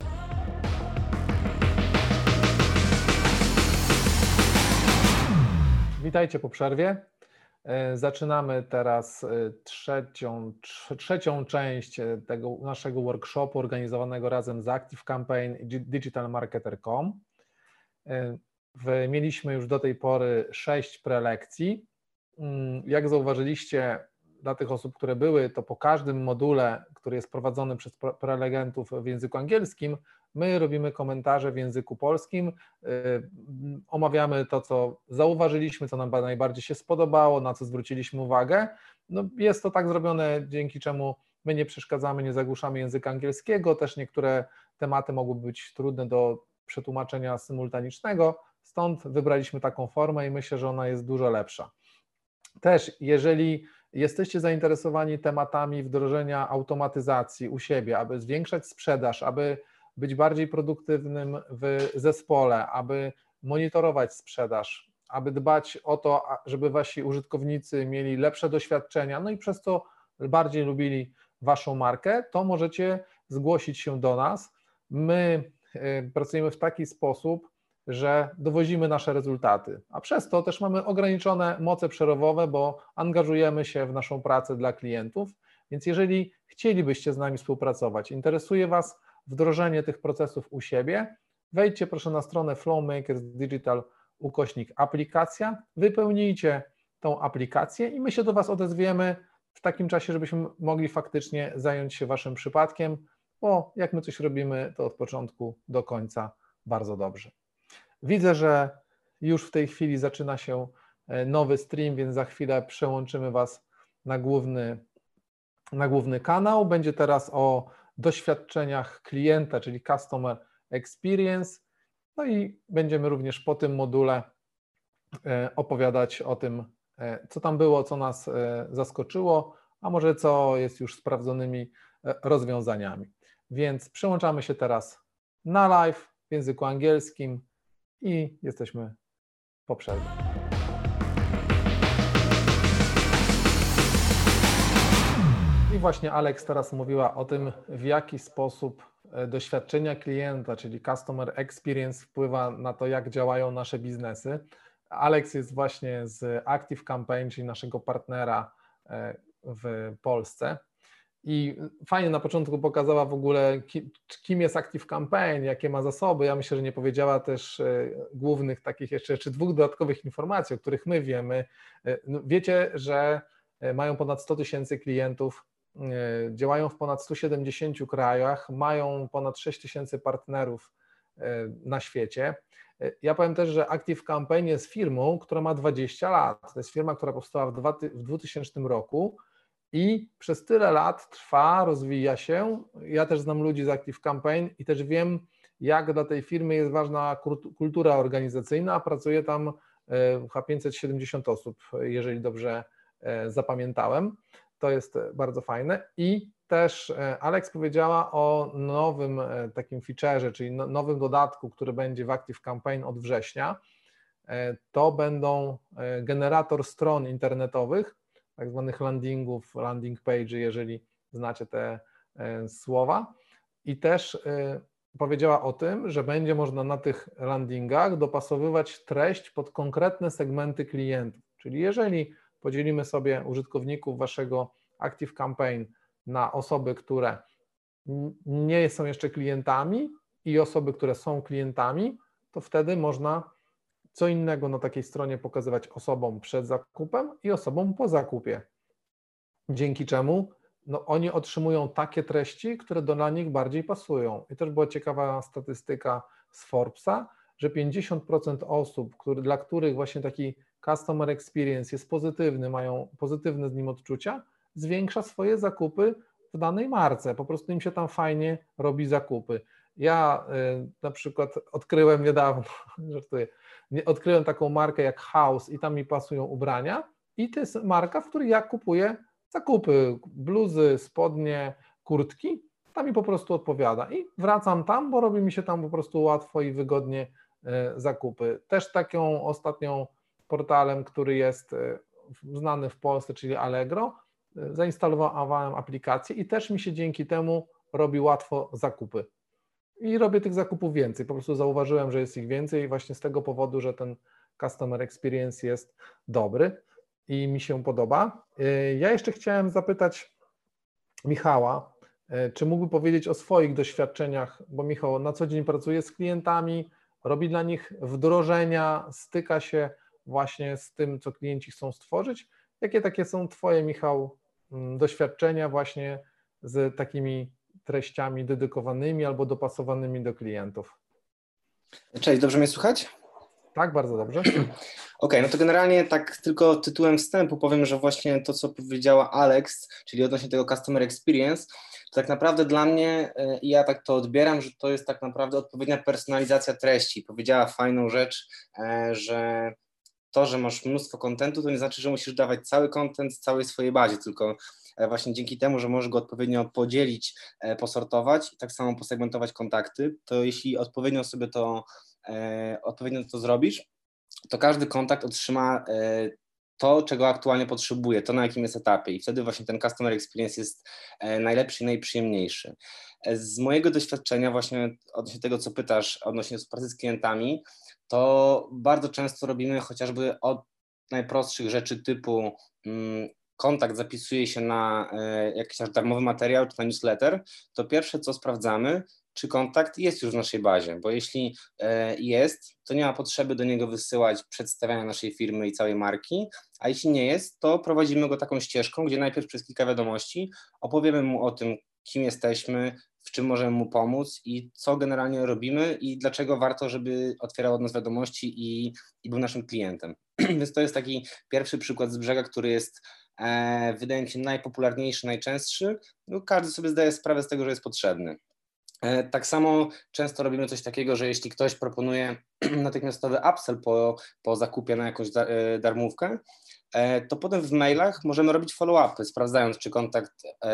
Witajcie po przerwie. Zaczynamy teraz trzecią, trzecią część tego naszego workshopu organizowanego razem z ActiveCampaign i Digital Marketer kropka com. Mieliśmy już do tej pory sześć prelekcji. Jak zauważyliście, dla tych osób, które były, to po każdym module, który jest prowadzony przez prelegentów w języku angielskim, my robimy komentarze w języku polskim, omawiamy to, co zauważyliśmy, co nam najbardziej się spodobało, na co zwróciliśmy uwagę. No, jest to tak zrobione, dzięki czemu my nie przeszkadzamy, nie zagłuszamy języka angielskiego, też niektóre tematy mogłyby być trudne do przetłumaczenia symultanicznego, stąd wybraliśmy taką formę i myślę, że ona jest dużo lepsza. Też jeżeli jesteście zainteresowani tematami wdrożenia automatyzacji u siebie, aby zwiększać sprzedaż, aby być bardziej produktywnym w zespole, aby monitorować sprzedaż, aby dbać o to, żeby wasi użytkownicy mieli lepsze doświadczenia, no i przez to bardziej lubili waszą markę, to możecie zgłosić się do nas. My pracujemy w taki sposób, że dowozimy nasze rezultaty, a przez to też mamy ograniczone moce przerobowe, bo angażujemy się w naszą pracę dla klientów, więc jeżeli chcielibyście z nami współpracować, interesuje was wdrożenie tych procesów u siebie, wejdźcie proszę na stronę Flowmakers Digital ukośnik aplikacja, wypełnijcie tą aplikację i my się do was odezwiemy w takim czasie, żebyśmy mogli faktycznie zająć się waszym przypadkiem, bo jak my coś robimy, to od początku do końca bardzo dobrze. Widzę, że już w tej chwili zaczyna się nowy stream, więc za chwilę przełączymy was na główny, na główny kanał. Będzie teraz o doświadczeniach klienta, czyli Customer Experience. No i będziemy również po tym module opowiadać o tym, co tam było, co nas zaskoczyło, a może co jest już sprawdzonymi rozwiązaniami. Więc przełączamy się teraz na live w języku angielskim i jesteśmy po przerwie. I właśnie Alex teraz mówiła o tym, w jaki sposób doświadczenia klienta, czyli Customer Experience wpływa na to, jak działają nasze biznesy. Alex jest właśnie z ActiveCampaign, czyli naszego partnera w Polsce. I fajnie na początku pokazała w ogóle, kim jest ActiveCampaign, jakie ma zasoby. Ja myślę, że nie powiedziała też głównych takich jeszcze, czy dwóch dodatkowych informacji, o których my wiemy. Wiecie, że mają ponad sto tysięcy klientów, działają w ponad stu siedemdziesięciu krajach, mają ponad sześć tysięcy partnerów na świecie. Ja powiem też, że ActiveCampaign jest firmą, która ma dwadzieścia lat. To jest firma, która powstała w dwutysięcznym roku. I przez tyle lat trwa, rozwija się. Ja też znam ludzi z ActiveCampaign i też wiem, jak dla tej firmy jest ważna kultura organizacyjna. Pracuje tam chyba pięćset siedemdziesiąt osób, jeżeli dobrze zapamiętałem. To jest bardzo fajne. I też Alex powiedziała o nowym takim featureze, czyli nowym dodatku, który będzie w ActiveCampaign od września. To będą generator stron internetowych, tak zwanych landingów, landing page, jeżeli znacie te słowa. I też powiedziała o tym, że będzie można na tych landingach dopasowywać treść pod konkretne segmenty klientów. Czyli jeżeli podzielimy sobie użytkowników waszego ActiveCampaign na osoby, które nie są jeszcze klientami i osoby, które są klientami, to wtedy można co innego na takiej stronie pokazywać osobom przed zakupem i osobom po zakupie. Dzięki czemu no, oni otrzymują takie treści, które dla nich bardziej pasują. I też była ciekawa statystyka z Forbesa, że pięćdziesiąt procent osób, który, dla których właśnie taki customer experience jest pozytywny, mają pozytywne z nim odczucia, zwiększa swoje zakupy w danej marce. Po prostu im się tam fajnie robi zakupy. Ja y, na przykład odkryłem niedawno, żartuję, odkryłem taką markę jak House i tam mi pasują ubrania i to jest marka, w której ja kupuję zakupy, bluzy, spodnie, kurtki, tam mi po prostu odpowiada i wracam tam, bo robi mi się tam po prostu łatwo i wygodnie zakupy. Też taką ostatnią portalem, który jest znany w Polsce, czyli Allegro, zainstalowałem aplikację i też mi się dzięki temu robi łatwo zakupy. I robię tych zakupów więcej, po prostu zauważyłem, że jest ich więcej właśnie z tego powodu, że ten customer experience jest dobry. i mi się podoba. Ja jeszcze chciałem zapytać Michała, czy mógłby powiedzieć o swoich doświadczeniach, bo Michał na co dzień pracuje z klientami, robi dla nich wdrożenia, styka się właśnie z tym, co klienci chcą stworzyć. Jakie takie są Twoje, Michał, doświadczenia właśnie z takimi treściami dedykowanymi albo dopasowanymi do klientów? Cześć, dobrze mnie słychać? Tak, bardzo dobrze. Okej, okay, no to generalnie tak tylko tytułem wstępu powiem, że właśnie to, co powiedziała Alex, czyli odnośnie tego Customer Experience, to tak naprawdę dla mnie, i ja tak to odbieram, że to jest tak naprawdę odpowiednia personalizacja treści. Powiedziała fajną rzecz, że to, że masz mnóstwo kontentu, to nie znaczy, że musisz dawać cały kontent z całej swojej bazie, tylko właśnie dzięki temu, że możesz go odpowiednio podzielić, posortować i tak samo posegmentować kontakty, to jeśli odpowiednio sobie to, odpowiednio to zrobisz, to każdy kontakt otrzyma to, czego aktualnie potrzebuje, to na jakim jest etapie i wtedy właśnie ten customer experience jest najlepszy i najprzyjemniejszy. Z mojego doświadczenia właśnie odnośnie tego, co pytasz, odnośnie współpracy z klientami, to bardzo często robimy chociażby od najprostszych rzeczy typu hmm, kontakt zapisuje się na jakiś darmowy materiał czy na newsletter, to pierwsze co sprawdzamy, czy kontakt jest już w naszej bazie, bo jeśli jest, to nie ma potrzeby do niego wysyłać przedstawiania naszej firmy i całej marki, a jeśli nie jest, to prowadzimy go taką ścieżką, gdzie najpierw przez kilka wiadomości opowiemy mu o tym, kim jesteśmy, w czym możemy mu pomóc i co generalnie robimy i dlaczego warto, żeby otwierał od nas wiadomości i, i był naszym klientem. Więc to jest taki pierwszy przykład z brzega, który jest, e, wydaje mi się, najpopularniejszy, najczęstszy. No, każdy sobie zdaje sprawę z tego, że jest potrzebny. E, tak samo często robimy coś takiego, że jeśli ktoś proponuje natychmiastowy upsell po, po zakupie na jakąś da, e, darmówkę, to potem w mailach możemy robić follow-upy, sprawdzając, czy kontakt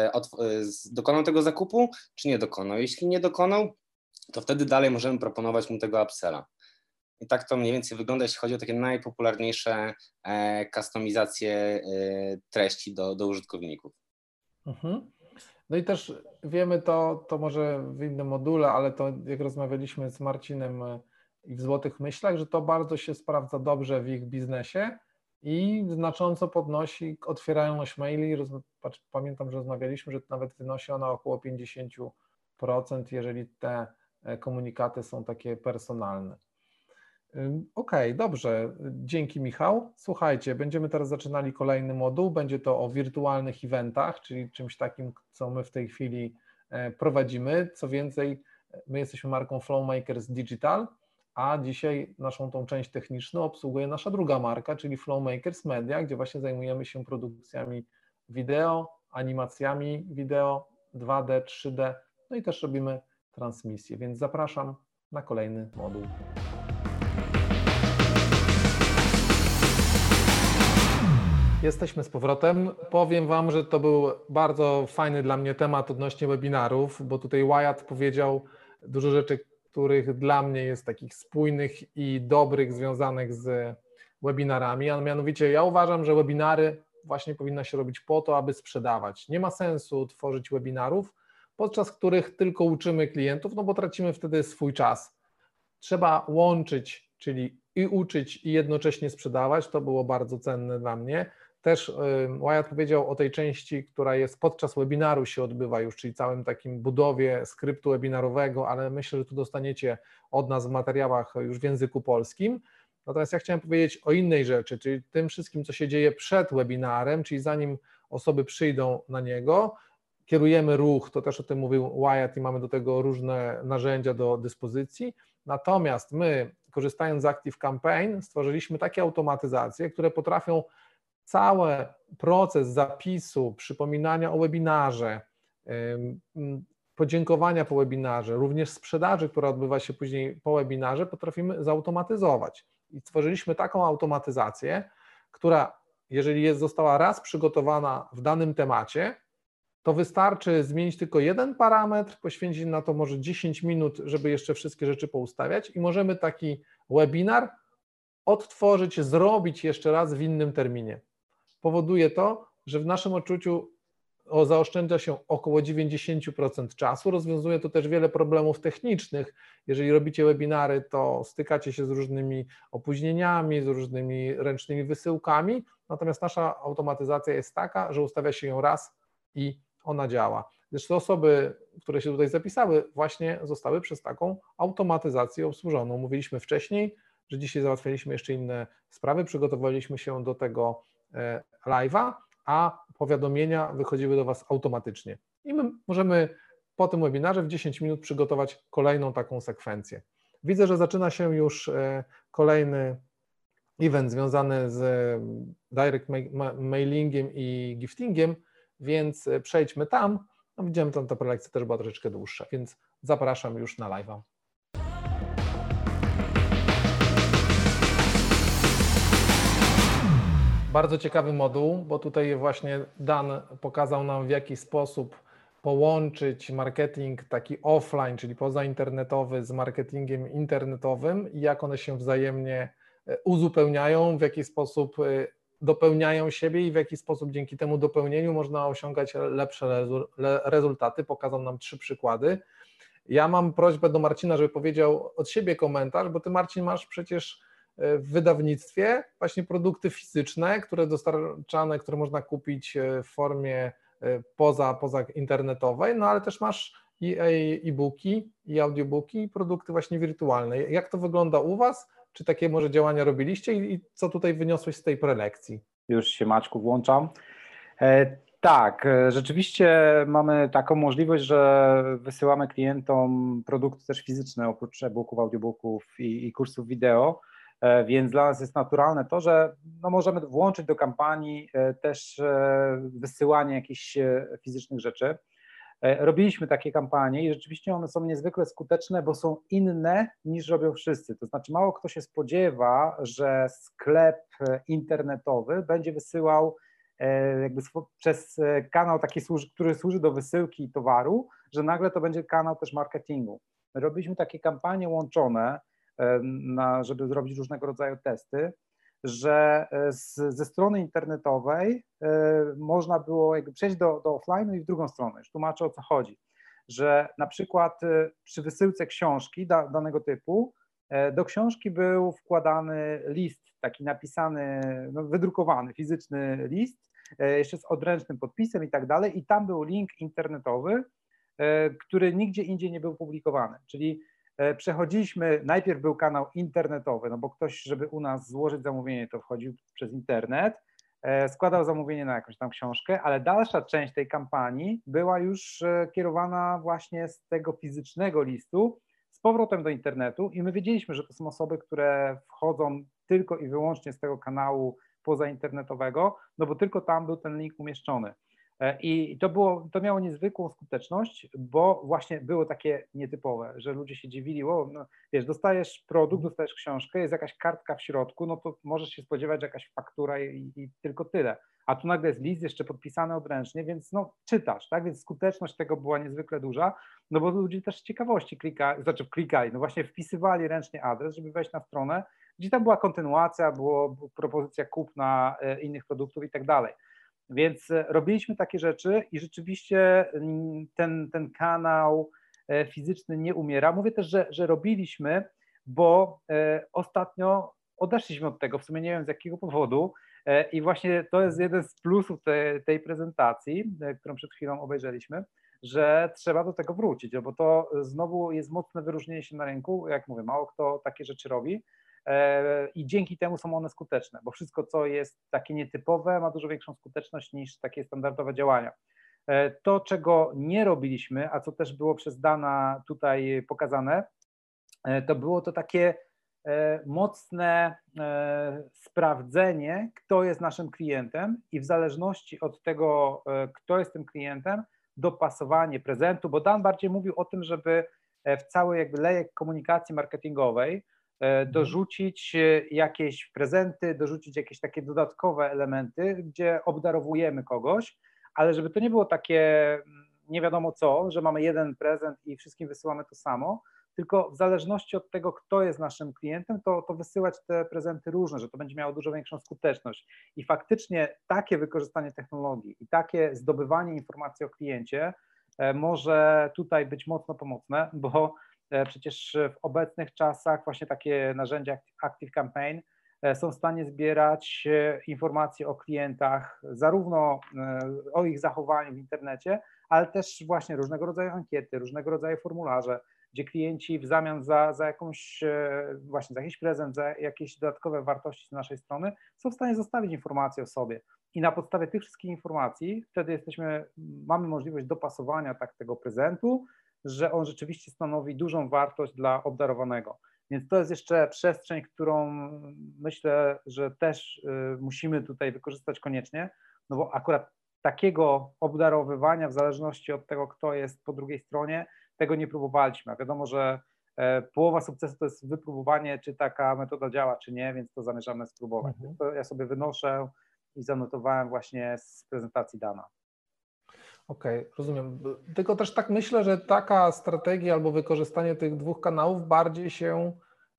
dokonał tego zakupu, czy nie dokonał. Jeśli nie dokonał, to wtedy dalej możemy proponować mu tego upsella. I tak to mniej więcej wygląda, jeśli chodzi o takie najpopularniejsze kustomizacje treści do, do użytkowników. Mhm. No i też wiemy to, to może w innym module, ale to jak rozmawialiśmy z Marcinem i w Złotych Myślach, że to bardzo się sprawdza dobrze w ich biznesie, i znacząco podnosi otwieralność maili. Pamiętam, że rozmawialiśmy, że nawet wynosi ona około pięćdziesiąt procent, jeżeli te komunikaty są takie personalne. Okej, dobrze. Dzięki, Michał. Słuchajcie, będziemy teraz zaczynali kolejny moduł. Będzie to o wirtualnych eventach, czyli czymś takim, co my w tej chwili prowadzimy. Co więcej, my jesteśmy marką Flowmakers Digital, a dzisiaj naszą tą część techniczną obsługuje nasza druga marka, czyli Flowmakers Media, gdzie właśnie zajmujemy się produkcjami wideo, animacjami wideo, dwa D, trzy D, no i też robimy transmisję, więc zapraszam na kolejny moduł. Jesteśmy z powrotem. Powiem Wam, że to był bardzo fajny dla mnie temat odnośnie webinarów, bo tutaj Wyatt powiedział dużo rzeczy, których dla mnie jest takich spójnych i dobrych, związanych z webinarami, a mianowicie ja uważam, że webinary właśnie powinno się robić po to, aby sprzedawać. Nie ma sensu tworzyć webinarów, podczas których tylko uczymy klientów, no bo tracimy wtedy swój czas. Trzeba łączyć, czyli i uczyć, i jednocześnie sprzedawać, to było bardzo cenne dla mnie. Też Wyatt powiedział o tej części, która jest podczas webinaru się odbywa już, czyli całym takim budowie skryptu webinarowego, ale myślę, że tu dostaniecie od nas w materiałach już w języku polskim. Natomiast ja chciałem powiedzieć o innej rzeczy, czyli tym wszystkim, co się dzieje przed webinarem, czyli zanim osoby przyjdą na niego, kierujemy ruch, to też o tym mówił Wyatt i mamy do tego różne narzędzia do dyspozycji. Natomiast my, korzystając z ActiveCampaign, stworzyliśmy takie automatyzacje, które potrafią cały proces zapisu, przypominania o webinarze, podziękowania po webinarze, również sprzedaży, która odbywa się później po webinarze, potrafimy zautomatyzować. I stworzyliśmy taką automatyzację, która, jeżeli jest, została raz przygotowana w danym temacie, to wystarczy zmienić tylko jeden parametr, poświęcić na to może dziesięć minut, żeby jeszcze wszystkie rzeczy poustawiać i możemy taki webinar odtworzyć, zrobić jeszcze raz w innym terminie. Powoduje to, że w naszym odczuciu zaoszczędza się około dziewięćdziesiąt procent czasu. Rozwiązuje to też wiele problemów technicznych. Jeżeli robicie webinary, to stykacie się z różnymi opóźnieniami, z różnymi ręcznymi wysyłkami. natomiast nasza automatyzacja jest taka, że ustawia się ją raz i ona działa. Zresztą osoby, które się tutaj zapisały, właśnie zostały przez taką automatyzację obsłużoną. Mówiliśmy wcześniej, że dzisiaj załatwialiśmy jeszcze inne sprawy, przygotowaliśmy się do tego live'a, a powiadomienia wychodziły do Was automatycznie. I my możemy po tym webinarze w dziesięć minut przygotować kolejną taką sekwencję. Widzę, że zaczyna się już kolejny event związany z direct mailingiem i giftingiem, więc przejdźmy tam. No, widziałem, że ta prelekcja też była troszeczkę dłuższa, więc zapraszam już na live'a. Bardzo ciekawy moduł, bo tutaj właśnie Dan pokazał nam, w jaki sposób połączyć marketing taki offline, czyli pozainternetowy, z marketingiem internetowym i jak one się wzajemnie uzupełniają, w jaki sposób dopełniają siebie i w jaki sposób dzięki temu dopełnieniu można osiągać lepsze rezultaty. Pokazał nam trzy przykłady. Ja mam prośbę do Marcina, żeby powiedział od siebie komentarz, bo Ty, Marcin, masz przecież w wydawnictwie właśnie produkty fizyczne, które dostarczane, które można kupić w formie poza, poza internetowej, no ale też masz i e-booki, i audiobooki, i produkty właśnie wirtualne. Jak to wygląda u Was? Czy takie może działania robiliście i co tutaj wyniosłeś z tej prelekcji? Już się, Maćku, włączam. E, tak, rzeczywiście mamy taką możliwość, że wysyłamy klientom produkty też fizyczne, oprócz e-booków, audiobooków i, i kursów wideo, e, więc dla nas jest naturalne to, że no, możemy włączyć do kampanii e, też e, wysyłanie jakichś e, fizycznych rzeczy. Robiliśmy takie kampanie i rzeczywiście one są niezwykle skuteczne, bo są inne niż robią wszyscy. To znaczy mało kto się spodziewa, że sklep internetowy będzie wysyłał jakby przez kanał taki, który służy do wysyłki towaru, że nagle to będzie kanał też marketingu. Robiliśmy takie kampanie łączone, na, żeby zrobić różnego rodzaju testy, że z, ze strony internetowej y, można było jakby przejść do, do offline'u i w drugą stronę. Już tłumaczę, o co chodzi, że na przykład y, przy wysyłce książki da, danego typu y, do książki był wkładany list, taki napisany, no, wydrukowany, fizyczny list, y, jeszcze z odręcznym podpisem i tak dalej, i tam był link internetowy, y, który nigdzie indziej nie był publikowany, czyli przechodziliśmy, najpierw był kanał internetowy, no bo ktoś, żeby u nas złożyć zamówienie, to wchodził przez internet, składał zamówienie na jakąś tam książkę, ale dalsza część tej kampanii była już kierowana właśnie z tego fizycznego listu z powrotem do internetu i my wiedzieliśmy, że to są osoby, które wchodzą tylko i wyłącznie z tego kanału pozainternetowego, no bo tylko tam był ten link umieszczony. I to, było, to miało niezwykłą skuteczność, bo właśnie było takie nietypowe, że ludzie się dziwili, o, no, wiesz, dostajesz produkt, dostajesz książkę, jest jakaś kartka w środku, no to możesz się spodziewać, że jakaś faktura i, i tylko tyle, a tu nagle jest list jeszcze podpisany odręcznie, więc no czytasz, tak, więc skuteczność tego była niezwykle duża, no bo ludzie też z ciekawości klikali, znaczy klikali, no właśnie wpisywali ręcznie adres, żeby wejść na stronę, gdzie tam była kontynuacja, było propozycja kupna innych produktów i tak dalej. Więc robiliśmy takie rzeczy i rzeczywiście ten, ten kanał fizyczny nie umiera. Mówię też, że, że robiliśmy, bo ostatnio odeszliśmy od tego, w sumie nie wiem z jakiego powodu i właśnie to jest jeden z plusów tej, tej prezentacji, którą przed chwilą obejrzeliśmy, że trzeba do tego wrócić, bo to znowu jest mocne wyróżnienie się na rynku, jak mówię, mało kto takie rzeczy robi. I dzięki temu są one skuteczne, bo wszystko, co jest takie nietypowe, ma dużo większą skuteczność niż takie standardowe działania. To, czego nie robiliśmy, a co też było przez Dana tutaj pokazane, to było to takie mocne sprawdzenie, kto jest naszym klientem i w zależności od tego, kto jest tym klientem, dopasowanie prezentu, bo Dan bardziej mówił o tym, żeby w cały jakby lejek komunikacji marketingowej dorzucić jakieś prezenty, dorzucić jakieś takie dodatkowe elementy, gdzie obdarowujemy kogoś, ale żeby to nie było takie nie wiadomo co, że mamy jeden prezent i wszystkim wysyłamy to samo, tylko w zależności od tego, kto jest naszym klientem, to, to wysyłać te prezenty różne, że to będzie miało dużo większą skuteczność. I faktycznie takie wykorzystanie technologii i takie zdobywanie informacji o kliencie może tutaj być mocno pomocne, bo przecież w obecnych czasach właśnie takie narzędzia Active Campaign są w stanie zbierać informacje o klientach, zarówno o ich zachowaniu w internecie, ale też właśnie różnego rodzaju ankiety, różnego rodzaju formularze, gdzie klienci w zamian za, za jakąś właśnie za jakiś prezent, za jakieś dodatkowe wartości z naszej strony są w stanie zostawić informacje o sobie. I na podstawie tych wszystkich informacji wtedy jesteśmy, mamy możliwość dopasowania tak tego prezentu, że on rzeczywiście stanowi dużą wartość dla obdarowanego. Więc to jest jeszcze przestrzeń, którą myślę, że też musimy tutaj wykorzystać koniecznie, no bo akurat takiego obdarowywania w zależności od tego, kto jest po drugiej stronie, tego nie próbowaliśmy. A wiadomo, że połowa sukcesu to jest wypróbowanie, czy taka metoda działa, czy nie, więc to zamierzamy spróbować. Mhm. To ja sobie wynoszę i zanotowałem właśnie z prezentacji Dana. Okej, okay, rozumiem. Tylko też tak myślę, że taka strategia albo wykorzystanie tych dwóch kanałów bardziej się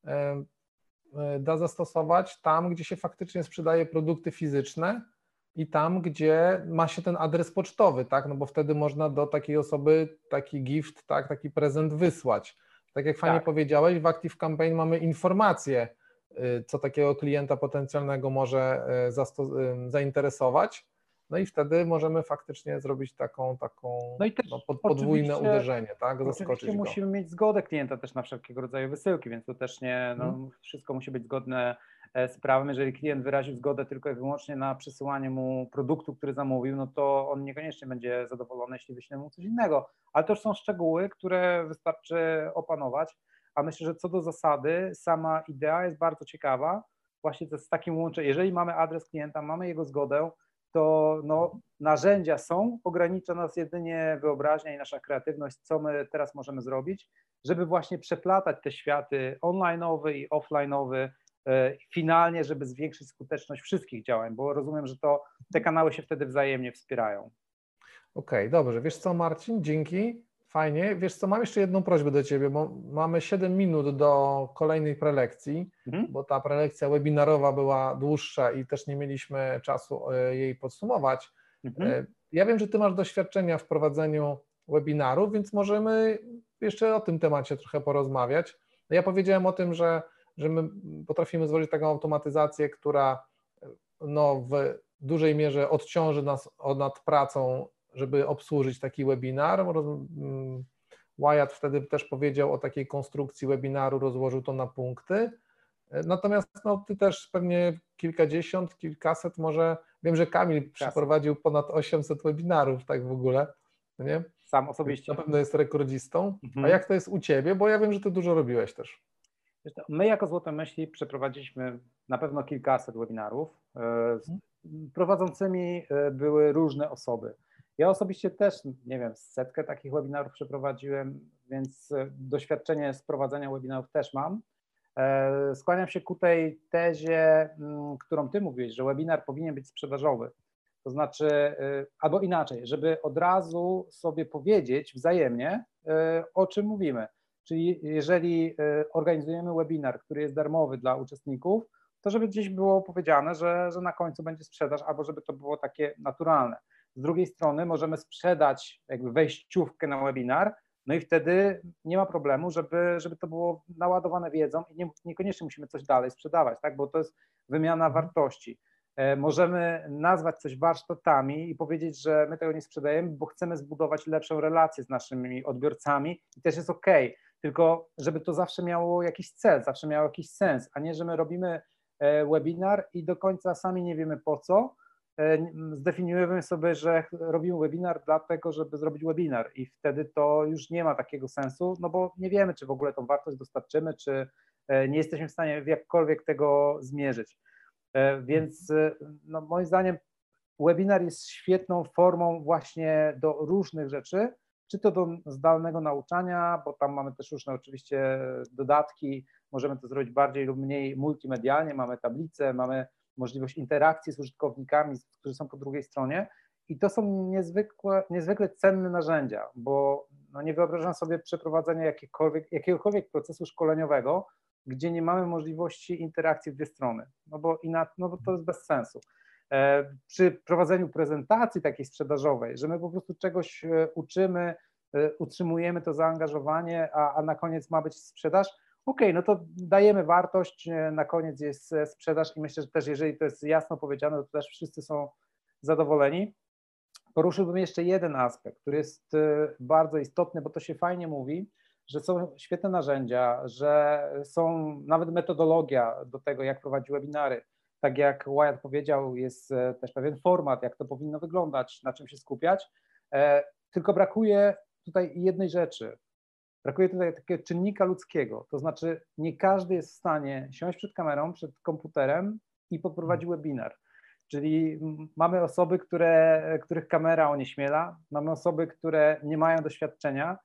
da zastosować tam, gdzie się faktycznie sprzedaje produkty fizyczne i tam, gdzie ma się ten adres pocztowy, tak? No bo wtedy można do takiej osoby taki gift, tak, taki prezent wysłać. Tak jak fajnie tak powiedziałeś, w Active Campaign mamy informacje, co takiego klienta potencjalnego może zainteresować. No i wtedy możemy faktycznie zrobić taką, taką no i też no, pod, podwójne uderzenie, tak? Zaskoczyć oczywiście go. Musimy mieć zgodę klienta też na wszelkiego rodzaju wysyłki, więc to też nie, no, hmm. wszystko musi być zgodne z prawem. Jeżeli klient wyraził zgodę tylko i wyłącznie na przesyłanie mu produktu, który zamówił, no to on niekoniecznie będzie zadowolony, jeśli wyśle mu coś innego. Ale to już są szczegóły, które wystarczy opanować, a myślę, że co do zasady sama idea jest bardzo ciekawa. Właśnie to z takim łączeniem, jeżeli mamy adres klienta, mamy jego zgodę, to no, narzędzia są, ogranicza nas jedynie wyobraźnia i nasza kreatywność, co my teraz możemy zrobić, żeby właśnie przeplatać te światy online'owy i offline'owy, finalnie, żeby zwiększyć skuteczność wszystkich działań, bo rozumiem, że to te kanały się wtedy wzajemnie wspierają. Okej, okay, dobrze. Wiesz co, Marcin, dzięki. Fajnie. Wiesz co, mam jeszcze jedną prośbę do Ciebie, bo mamy siedem minut do kolejnej prelekcji, mhm. bo ta prelekcja webinarowa była dłuższa i też nie mieliśmy czasu jej podsumować. Mhm. Ja wiem, że Ty masz doświadczenia w prowadzeniu webinarów, więc możemy jeszcze o tym temacie trochę porozmawiać. Ja powiedziałem o tym, że, że my potrafimy złożyć taką automatyzację, która no, w dużej mierze odciąży nas nad pracą, żeby obsłużyć taki webinar. Wyatt wtedy też powiedział o takiej konstrukcji webinaru, rozłożył to na punkty. Natomiast no, Ty też pewnie kilkadziesiąt, kilkaset może, wiem, że Kamil przeprowadził ponad osiemset webinarów, tak w ogóle, nie? Sam osobiście. Na pewno jest rekordzistą. Mhm. A jak to jest u Ciebie? Bo ja wiem, że Ty dużo robiłeś też. My jako Złote Myśli przeprowadziliśmy na pewno kilkaset webinarów. Prowadzącymi były różne osoby. Ja osobiście też, nie wiem, setkę takich webinarów przeprowadziłem, więc doświadczenie z prowadzenia webinarów też mam. Skłaniam się ku tej tezie, którą Ty mówiłeś, że webinar powinien być sprzedażowy. To znaczy, albo inaczej, żeby od razu sobie powiedzieć wzajemnie, o czym mówimy. Czyli jeżeli organizujemy webinar, który jest darmowy dla uczestników, to żeby gdzieś było powiedziane, że, że na końcu będzie sprzedaż, albo żeby to było takie naturalne. Z drugiej strony możemy sprzedać jakby wejściówkę na webinar, no i wtedy nie ma problemu, żeby, żeby to było naładowane wiedzą i nie, niekoniecznie musimy coś dalej sprzedawać, tak? Bo to jest wymiana wartości. E, możemy nazwać coś warsztatami i powiedzieć, że my tego nie sprzedajemy, bo chcemy zbudować lepszą relację z naszymi odbiorcami i też jest okej, tylko żeby to zawsze miało jakiś cel, zawsze miało jakiś sens, a nie, że my robimy webinar i do końca sami nie wiemy po co. Zdefiniujemy sobie, że robimy webinar dlatego, żeby zrobić webinar i wtedy to już nie ma takiego sensu, no bo nie wiemy, czy w ogóle tą wartość dostarczymy, czy nie jesteśmy w stanie jakkolwiek tego zmierzyć. Więc no, moim zdaniem webinar jest świetną formą właśnie do różnych rzeczy, czy to do zdalnego nauczania, bo tam mamy też różne oczywiście dodatki, możemy to zrobić bardziej lub mniej multimedialnie, mamy tablice, mamy możliwość interakcji z użytkownikami, którzy są po drugiej stronie i to są niezwykłe, niezwykle cenne narzędzia, bo no nie wyobrażam sobie przeprowadzenia jakiegokolwiek, jakiegokolwiek procesu szkoleniowego, gdzie nie mamy możliwości interakcji w dwie strony, no bo, inaczej, no bo to jest bez sensu. E, przy prowadzeniu prezentacji takiej sprzedażowej, że my po prostu czegoś uczymy, e, utrzymujemy to zaangażowanie, a, a na koniec ma być sprzedaż, Okej, no to dajemy wartość, na koniec jest sprzedaż i myślę, że też jeżeli to jest jasno powiedziane, to też wszyscy są zadowoleni. Poruszyłbym jeszcze jeden aspekt, który jest bardzo istotny, bo to się fajnie mówi, że są świetne narzędzia, że są nawet metodologia do tego, jak prowadzić webinary. Tak jak Wyatt powiedział, jest też pewien format, jak to powinno wyglądać, na czym się skupiać, tylko brakuje tutaj jednej rzeczy. Brakuje tutaj takiego czynnika ludzkiego, to znaczy nie każdy jest w stanie siąść przed kamerą, przed komputerem i poprowadzić webinar. Czyli mamy osoby, które, których kamera onieśmiela, mamy osoby, które nie mają doświadczenia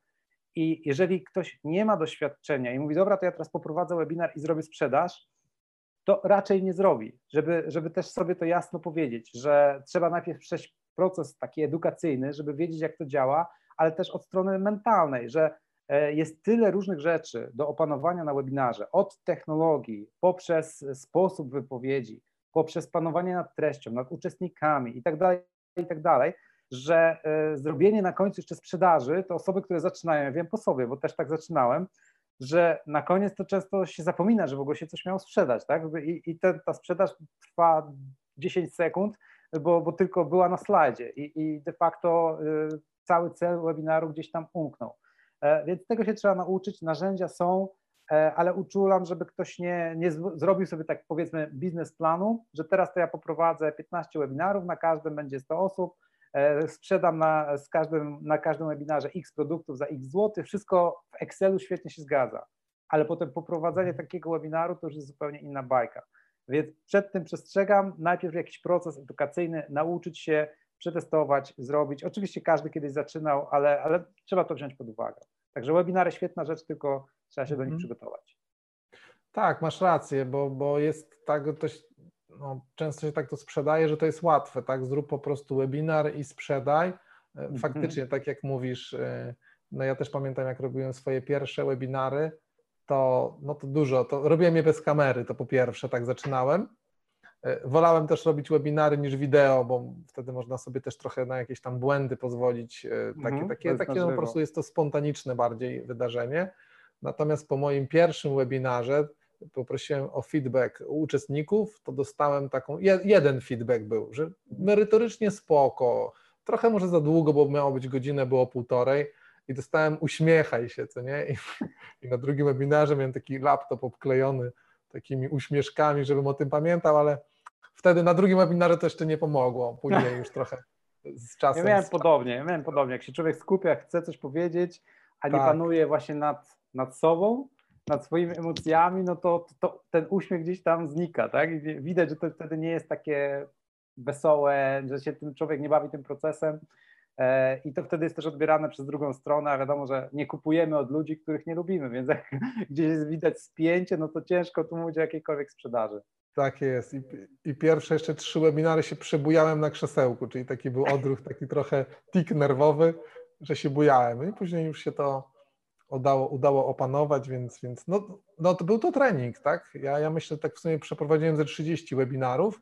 i jeżeli ktoś nie ma doświadczenia i mówi, dobra, to ja teraz poprowadzę webinar i zrobię sprzedaż, to raczej nie zrobi, żeby, żeby też sobie to jasno powiedzieć, że trzeba najpierw przejść proces taki edukacyjny, żeby wiedzieć, jak to działa, ale też od strony mentalnej, że jest tyle różnych rzeczy do opanowania na webinarze, od technologii, poprzez sposób wypowiedzi, poprzez panowanie nad treścią, nad uczestnikami i tak dalej, i tak dalej, że zrobienie na końcu jeszcze sprzedaży, to osoby, które zaczynają, ja wiem po sobie, bo też tak zaczynałem, że na koniec to często się zapomina, że w ogóle się coś miało sprzedać, tak? I, i te, ta sprzedaż trwa dziesięć sekund, bo, bo tylko była na slajdzie i, i de facto y, cały cel webinaru gdzieś tam umknął. E, więc tego się trzeba nauczyć, narzędzia są, e, ale uczulam, żeby ktoś nie, nie z, zrobił sobie tak powiedzmy biznesplanu, że teraz to ja poprowadzę piętnaście webinarów, na każdym będzie sto osób, e, sprzedam na, z każdym, na każdym webinarze X produktów za X złotych, wszystko w Excelu świetnie się zgadza, ale potem poprowadzenie takiego webinaru to już jest zupełnie inna bajka. Więc przed tym przestrzegam, najpierw jakiś proces edukacyjny, nauczyć się, przetestować, zrobić. Oczywiście każdy kiedyś zaczynał, ale, ale trzeba to wziąć pod uwagę. Także webinary świetna rzecz, tylko trzeba się do nich przygotować. Tak, masz rację, bo, bo jest tak, to się, no, często się tak to sprzedaje, że to jest łatwe, tak? Zrób po prostu webinar i sprzedaj. Faktycznie, tak jak mówisz, no ja też pamiętam, jak robiłem swoje pierwsze webinary, to, no to dużo, to robiłem je bez kamery, to po pierwsze, tak zaczynałem. Wolałem też robić webinary niż wideo, bo wtedy można sobie też trochę na jakieś tam błędy pozwolić. Takie, Mhm, takie, takie no po prostu jest to spontaniczne bardziej wydarzenie. Natomiast po moim pierwszym webinarze poprosiłem o feedback u uczestników, to dostałem taką, jeden feedback był, że merytorycznie spoko, trochę może za długo, bo miało być godzinę, było półtorej i dostałem uśmiechaj się, co nie? I, i na drugim webinarze miałem taki laptop obklejony takimi uśmieszkami, żebym o tym pamiętał, ale wtedy na drugim webinarze to jeszcze nie pomogło, później już trochę z czasem. Ja miałem podobnie, ja miałem podobnie, jak się człowiek skupia, chce coś powiedzieć, a nie tak. panuje właśnie nad, nad sobą, nad swoimi emocjami, no to, to, to ten uśmiech gdzieś tam znika, tak? I widać, że to wtedy nie jest takie wesołe, że się ten człowiek nie bawi tym procesem e, i to wtedy jest też odbierane przez drugą stronę, a wiadomo, że nie kupujemy od ludzi, których nie lubimy, więc jak gdzieś jest widać spięcie, no to ciężko tu mówić o jakiejkolwiek sprzedaży. Tak jest. I, I pierwsze jeszcze trzy webinary się przebujałem na krzesełku, czyli taki był odruch, taki trochę tik nerwowy, że się bujałem. I później już się to udało, udało opanować, więc, więc no, no to był to trening, tak? Ja, ja myślę, tak w sumie przeprowadziłem ze trzydzieści webinarów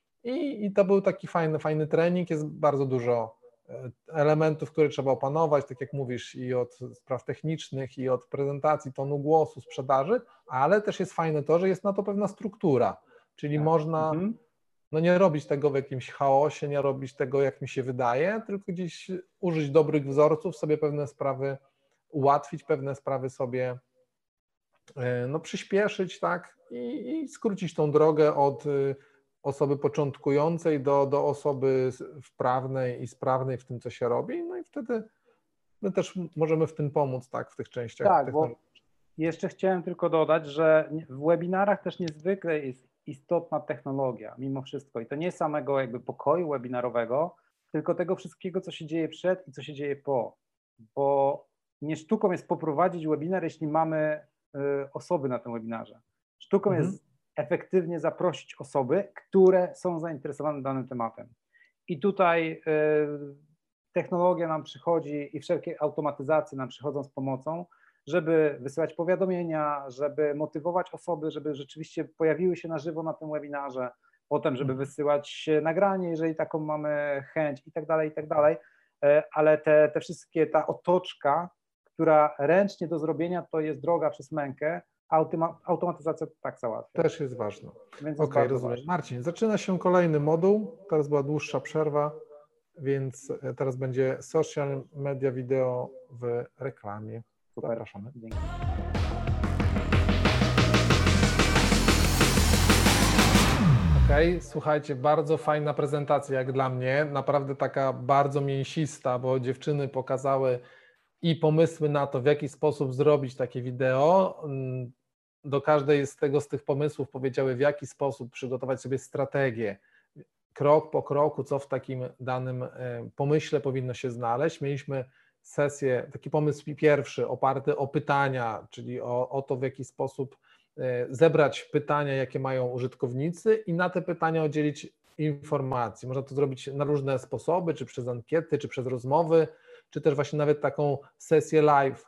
i, i to był taki fajny, fajny trening. Jest bardzo dużo elementów, które trzeba opanować, tak jak mówisz, i od spraw technicznych, i od prezentacji, tonu głosu, sprzedaży, ale też jest fajne to, że jest na to pewna struktura. Czyli tak. można mhm. no nie robić tego w jakimś chaosie, nie robić tego, jak mi się wydaje, tylko gdzieś użyć dobrych wzorców, sobie pewne sprawy ułatwić, pewne sprawy sobie no, przyspieszyć, tak, i, i skrócić tą drogę od osoby początkującej do, do osoby wprawnej i sprawnej w tym, co się robi, no i wtedy my też możemy w tym pomóc, tak, w tych częściach. Tak, bo jeszcze chciałem tylko dodać, że w webinarach też niezwykle jest istotna technologia mimo wszystko i to nie samego jakby pokoju webinarowego, tylko tego wszystkiego, co się dzieje przed i co się dzieje po, bo nie sztuką jest poprowadzić webinar, jeśli mamy y, osoby na tym webinarze. Sztuką mhm. jest efektywnie zaprosić osoby, które są zainteresowane danym tematem. I tutaj y, technologia nam przychodzi i wszelkie automatyzacje nam przychodzą z pomocą, żeby wysyłać powiadomienia, żeby motywować osoby, żeby rzeczywiście pojawiły się na żywo na tym webinarze, potem żeby wysyłać nagranie, jeżeli taką mamy chęć i tak dalej, i tak dalej, ale te, te wszystkie, ta otoczka, która ręcznie do zrobienia to jest droga przez mękę, automa automatyzacja tak załatwia. Też jest ważne. Okej, okay, rozumiem. Ważne. Marcin, zaczyna się kolejny moduł, teraz była dłuższa przerwa, więc teraz będzie social media wideo w reklamie. Super. Zapraszamy. Dzięki. Okej, okay, słuchajcie, bardzo fajna prezentacja jak dla mnie, naprawdę taka bardzo mięsista, bo dziewczyny pokazały i pomysły na to, w jaki sposób zrobić takie wideo. Do każdej z tego, z tych pomysłów powiedziały, w jaki sposób przygotować sobie strategię, krok po kroku, co w takim danym pomyśle powinno się znaleźć. Mieliśmy sesję, taki pomysł pierwszy oparty o pytania, czyli o, o to, w jaki sposób zebrać pytania, jakie mają użytkownicy i na te pytania udzielić informacji. Można to zrobić na różne sposoby, czy przez ankiety, czy przez rozmowy, czy też właśnie nawet taką sesję live,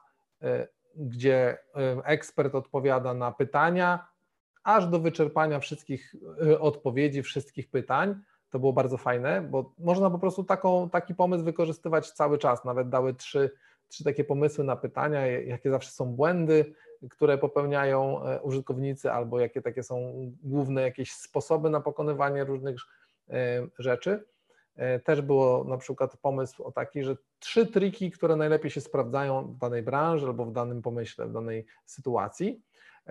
gdzie ekspert odpowiada na pytania, aż do wyczerpania wszystkich odpowiedzi, wszystkich pytań. To było bardzo fajne, bo można po prostu taką, taki pomysł wykorzystywać cały czas. Nawet dały trzy, trzy takie pomysły na pytania, jakie zawsze są błędy, które popełniają użytkownicy, albo jakie takie są główne jakieś sposoby na pokonywanie różnych rzeczy. Też było na przykład pomysł o taki, że trzy triki, które najlepiej się sprawdzają w danej branży albo w danym pomyśle, w danej sytuacji.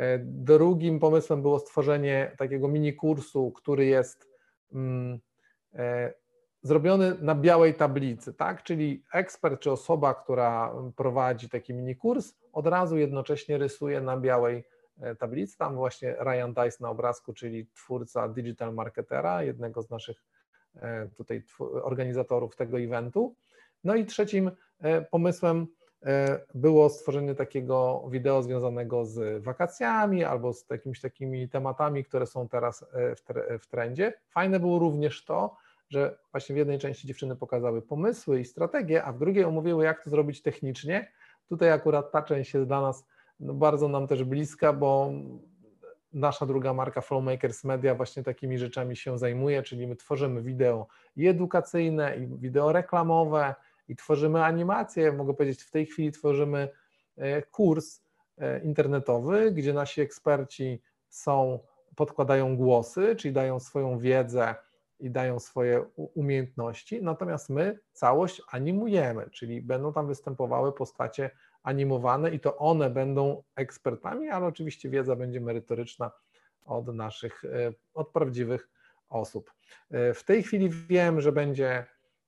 Drugim pomysłem było stworzenie takiego mini kursu, który jest mm, e, zrobiony na białej tablicy, tak? Czyli ekspert czy osoba, która prowadzi taki mini kurs, od razu jednocześnie rysuje na białej tablicy. Tam właśnie Ryan Deiss na obrazku, czyli twórca Digital Marketera, jednego z naszych tutaj organizatorów tego eventu. No i trzecim pomysłem było stworzenie takiego wideo związanego z wakacjami albo z jakimiś takimi tematami, które są teraz w trendzie. Fajne było również to, że właśnie w jednej części dziewczyny pokazały pomysły i strategie, a w drugiej omówiły, jak to zrobić technicznie. Tutaj akurat ta część jest dla nas no, bardzo nam też bliska, bo nasza druga marka Flowmakers Media właśnie takimi rzeczami się zajmuje, czyli my tworzymy wideo i edukacyjne, i wideo reklamowe, i tworzymy animacje. Mogę powiedzieć, w tej chwili tworzymy kurs internetowy, gdzie nasi eksperci są, podkładają głosy, czyli dają swoją wiedzę i dają swoje umiejętności, natomiast my całość animujemy, czyli będą tam występowały postacie animowane i to one będą ekspertami, ale oczywiście wiedza będzie merytoryczna od naszych, od prawdziwych osób. W tej chwili wiem, że będzie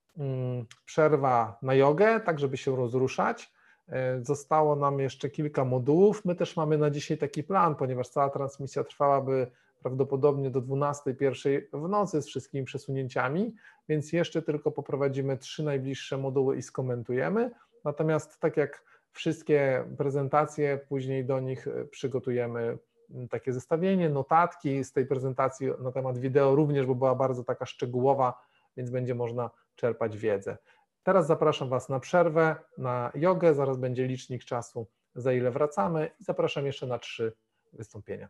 przerwa na jogę, tak żeby się rozruszać. Zostało nam jeszcze kilka modułów. My też mamy na dzisiaj taki plan, ponieważ cała transmisja trwałaby prawdopodobnie do dwunastej, pierwszej w nocy z wszystkimi przesunięciami, więc jeszcze tylko poprowadzimy trzy najbliższe moduły i skomentujemy. Natomiast tak jak wszystkie prezentacje, później do nich przygotujemy takie zestawienie, notatki z tej prezentacji na temat wideo również, bo była bardzo taka szczegółowa, więc będzie można czerpać wiedzę. Teraz zapraszam Was na przerwę, na jogę, zaraz będzie licznik czasu, za ile wracamy i zapraszam jeszcze na trzy wystąpienia.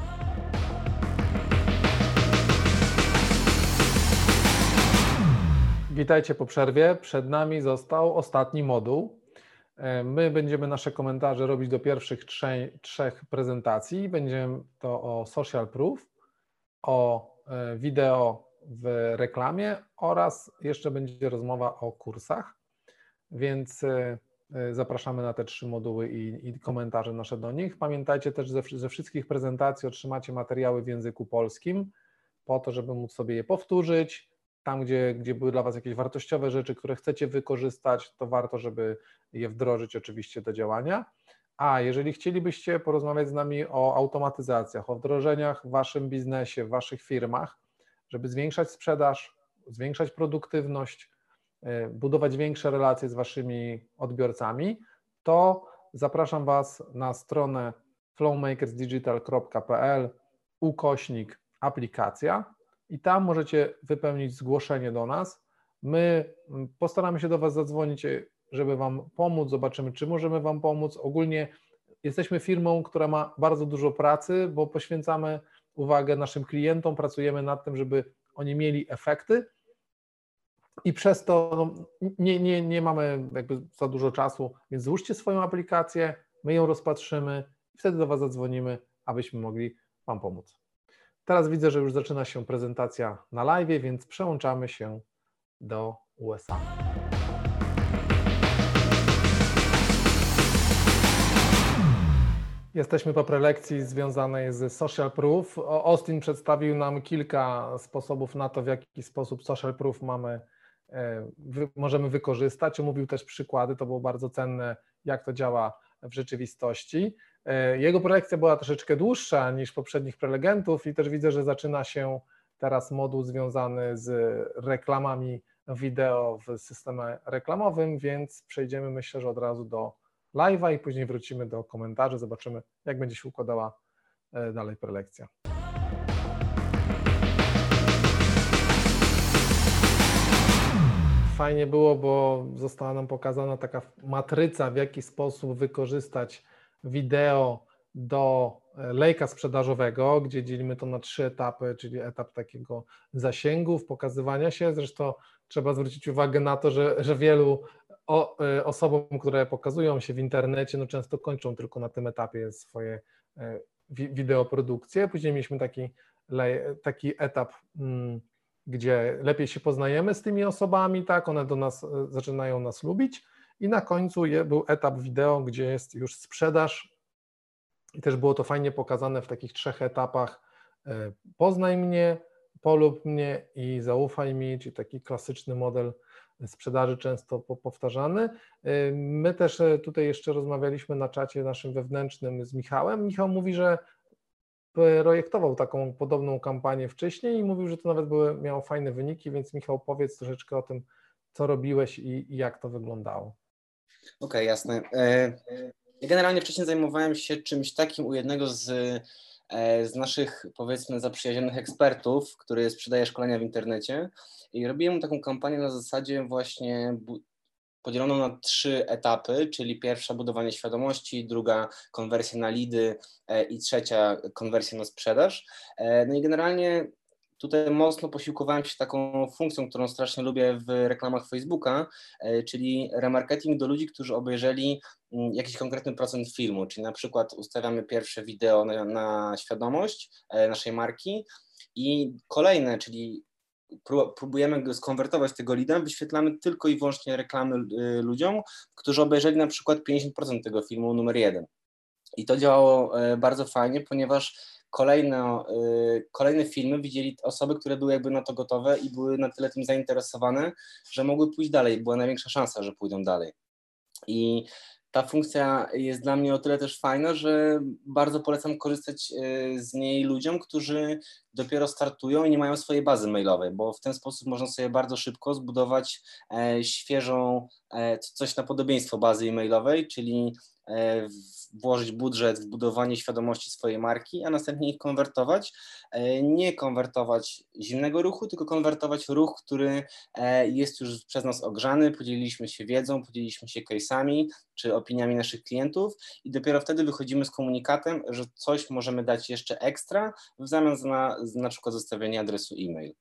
Witajcie po przerwie. Przed nami został ostatni moduł. My będziemy nasze komentarze robić do pierwszych trzech, trzech prezentacji. Będzie to o social proof, o wideo w reklamie oraz jeszcze będzie rozmowa o kursach, więc zapraszamy na te trzy moduły i, i komentarze nasze do nich. Pamiętajcie też, że ze, ze wszystkich prezentacji otrzymacie materiały w języku polskim po to, żeby móc sobie je powtórzyć. Tam, gdzie, gdzie były dla Was jakieś wartościowe rzeczy, które chcecie wykorzystać, to warto, żeby je wdrożyć oczywiście do działania. A jeżeli chcielibyście porozmawiać z nami o automatyzacjach, o wdrożeniach w Waszym biznesie, w Waszych firmach, żeby zwiększać sprzedaż, zwiększać produktywność, budować większe relacje z Waszymi odbiorcami, to zapraszam Was na stronę flowmakersdigital kropka p l ukośnik aplikacja. I tam możecie wypełnić zgłoszenie do nas. My postaramy się do Was zadzwonić, żeby Wam pomóc, zobaczymy, czy możemy Wam pomóc. Ogólnie jesteśmy firmą, która ma bardzo dużo pracy, bo poświęcamy uwagę naszym klientom, pracujemy nad tym, żeby oni mieli efekty i przez to nie, nie, nie mamy jakby za dużo czasu, więc złóżcie swoją aplikację, my ją rozpatrzymy i wtedy do Was zadzwonimy, abyśmy mogli Wam pomóc. Teraz widzę, że już zaczyna się prezentacja na live, więc przełączamy się do U S A. Jesteśmy po prelekcji związanej z Social Proof. Austin przedstawił nam kilka sposobów na to, w jaki sposób Social Proof mamy, wy, możemy wykorzystać. Omówił też przykłady, to było bardzo cenne, jak to działa w rzeczywistości. Jego prelekcja była troszeczkę dłuższa niż poprzednich prelegentów i też widzę, że zaczyna się teraz moduł związany z reklamami wideo w systemie reklamowym, więc przejdziemy, myślę, że od razu do live'a i później wrócimy do komentarzy, zobaczymy, jak będzie się układała dalej prelekcja. Fajnie było, bo została nam pokazana taka matryca, w jaki sposób wykorzystać wideo do lejka sprzedażowego, gdzie dzielimy to na trzy etapy, czyli etap takiego zasięgów, pokazywania się. Zresztą trzeba zwrócić uwagę na to, że, że wielu o, osobom, które pokazują się w internecie, no często kończą tylko na tym etapie swoje wi, wideoprodukcje. Później mieliśmy taki, taki etap, hmm, gdzie lepiej się poznajemy z tymi osobami, tak, one do nas zaczynają nas lubić i na końcu je, był etap wideo, gdzie jest już sprzedaż i też było to fajnie pokazane w takich trzech etapach: poznaj mnie, polub mnie i zaufaj mi, czyli taki klasyczny model sprzedaży często powtarzany. My też tutaj jeszcze rozmawialiśmy na czacie naszym wewnętrznym z Michałem. Michał mówi, że projektował taką podobną kampanię wcześniej i mówił, że to nawet były, miało fajne wyniki, więc Michał, powiedz troszeczkę o tym, co robiłeś i, i jak to wyglądało. Okej, okay, jasne. Ja generalnie wcześniej zajmowałem się czymś takim u jednego z, z naszych, powiedzmy, zaprzyjaźnionych ekspertów, który sprzedaje szkolenia w internecie i robiłem taką kampanię na zasadzie właśnie podzieloną na trzy etapy, czyli pierwsza budowanie świadomości, druga konwersja na lidy i trzecia konwersja na sprzedaż. No i generalnie tutaj mocno posiłkowałem się taką funkcją, którą strasznie lubię w reklamach Facebooka, czyli remarketing do ludzi, którzy obejrzeli jakiś konkretny procent filmu, czyli na przykład ustawiamy pierwsze wideo na, na świadomość naszej marki i kolejne, czyli próbujemy go skonwertować tego leada, wyświetlamy tylko i wyłącznie reklamy ludziom, którzy obejrzeli na przykład pięćdziesiąt procent tego filmu numer jeden. I to działało bardzo fajnie, ponieważ kolejne, kolejne filmy widzieli osoby, które były jakby na to gotowe i były na tyle tym zainteresowane, że mogły pójść dalej. Była największa szansa, że pójdą dalej. I ta funkcja jest dla mnie o tyle też fajna, że bardzo polecam korzystać z niej ludziom, którzy dopiero startują i nie mają swojej bazy mailowej, bo w ten sposób można sobie bardzo szybko zbudować świeżą, coś na podobieństwo bazy e-mailowej, czyli włożyć budżet w budowanie świadomości swojej marki, a następnie ich konwertować. Nie konwertować zimnego ruchu, tylko konwertować ruch, który jest już przez nas ogrzany, podzieliliśmy się wiedzą, podzieliliśmy się case'ami czy opiniami naszych klientów i dopiero wtedy wychodzimy z komunikatem, że coś możemy dać jeszcze ekstra w zamian za na przykład zostawienie adresu e-mail.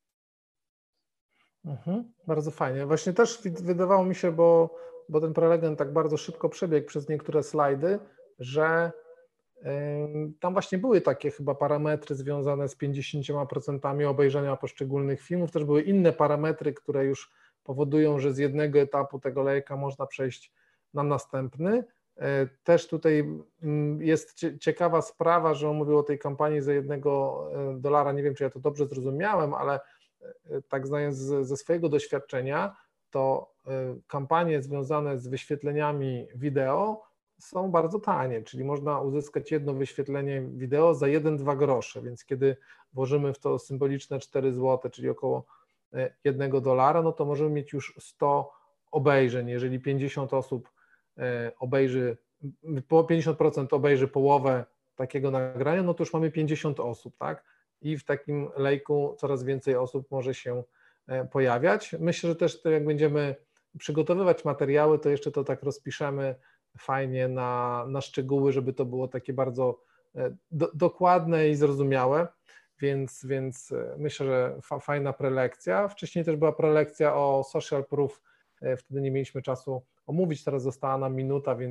Mhm, bardzo fajnie. Właśnie też wydawało mi się, bo, bo ten prelegent tak bardzo szybko przebiegł przez niektóre slajdy, że y, tam właśnie były takie chyba parametry związane z pięćdziesięcioma procentami obejrzenia poszczególnych filmów. Też były inne parametry, które już powodują, że z jednego etapu tego lejka można przejść na następny. Też tutaj jest ciekawa sprawa, że on mówił o tej kampanii za jednego dolara. Nie wiem, czy ja to dobrze zrozumiałem, ale tak znając ze swojego doświadczenia, to kampanie związane z wyświetleniami wideo są bardzo tanie, czyli można uzyskać jedno wyświetlenie wideo za jeden do dwóch groszy, więc kiedy włożymy w to symboliczne cztery złote, czyli około jednego dolara, no to możemy mieć już sto obejrzeń. Jeżeli pięćdziesiąt osób obejrzy, pięćdziesiąt procent obejrzy połowę takiego nagrania, no to już mamy pięćdziesiąt osób, tak? I w takim lejku coraz więcej osób może się pojawiać. Myślę, że też to jak będziemy przygotowywać materiały, to jeszcze to tak rozpiszemy fajnie na, na szczegóły, żeby to było takie bardzo do, dokładne i zrozumiałe, więc, więc myślę, że fa, fajna prelekcja. Wcześniej też była prelekcja o social proof, wtedy nie mieliśmy czasu omówić, teraz została nam minuta, więc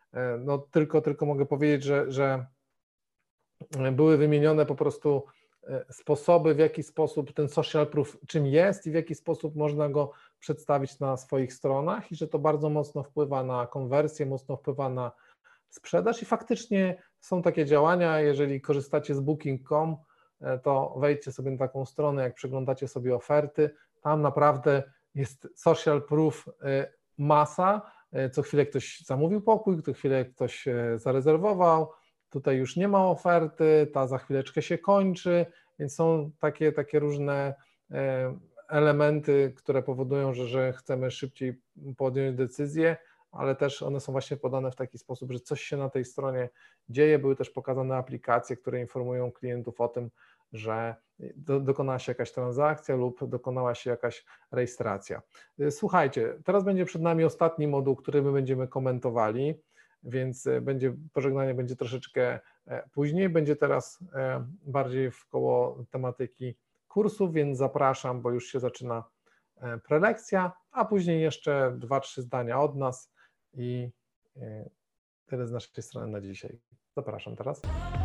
no tylko, tylko mogę powiedzieć, że, że były wymienione po prostu sposoby, w jaki sposób ten social proof czym jest i w jaki sposób można go przedstawić na swoich stronach i że to bardzo mocno wpływa na konwersję, mocno wpływa na sprzedaż i faktycznie są takie działania. Jeżeli korzystacie z booking kropka com, to wejdźcie sobie na taką stronę, jak przeglądacie sobie oferty, tam naprawdę jest social proof masa, co chwilę ktoś zamówił pokój, co chwilę ktoś zarezerwował, tutaj już nie ma oferty, ta za chwileczkę się kończy, więc są takie, takie różne elementy, które powodują, że, że chcemy szybciej podjąć decyzję, ale też one są właśnie podane w taki sposób, że coś się na tej stronie dzieje. Były też pokazane aplikacje, które informują klientów o tym, że do, dokonała się jakaś transakcja lub dokonała się jakaś rejestracja. Słuchajcie, teraz będzie przed nami ostatni moduł, który my będziemy komentowali, więc będzie, pożegnanie będzie troszeczkę później, będzie teraz bardziej wkoło tematyki kursów, więc zapraszam, bo już się zaczyna prelekcja, a później jeszcze dwa, trzy zdania od nas i tyle z naszej strony na dzisiaj. Zapraszam teraz.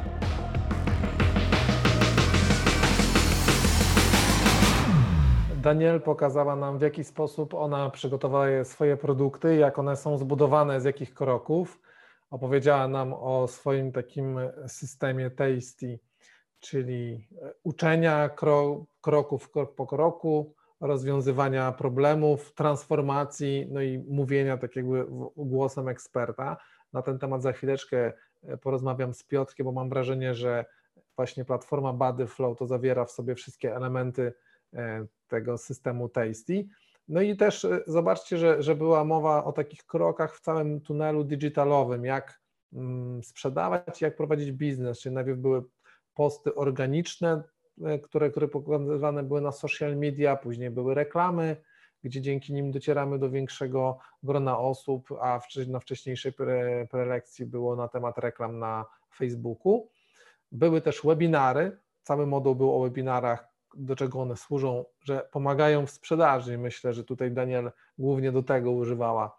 Daniel pokazała nam, w jaki sposób ona przygotowała swoje produkty, jak one są zbudowane, z jakich kroków. Opowiedziała nam o swoim takim systemie Tasty, czyli uczenia kro, kroków krok po kroku, rozwiązywania problemów, transformacji, no i mówienia tak jakby głosem eksperta. Na ten temat za chwileczkę porozmawiam z Piotrkiem, bo mam wrażenie, że właśnie platforma Bodyflow to zawiera w sobie wszystkie elementy tego systemu Tasty. No i też zobaczcie, że, że była mowa o takich krokach w całym tunelu digitalowym, jak sprzedawać, jak prowadzić biznes, czyli najpierw były posty organiczne, które, które pokazywane były na social media, później były reklamy, gdzie dzięki nim docieramy do większego grona osób, a na wcześniejszej pre, prelekcji było na temat reklam na Facebooku. Były też webinary, cały moduł był o webinarach, do czego one służą, że pomagają w sprzedaży. Myślę, że tutaj Daniel głównie do tego używała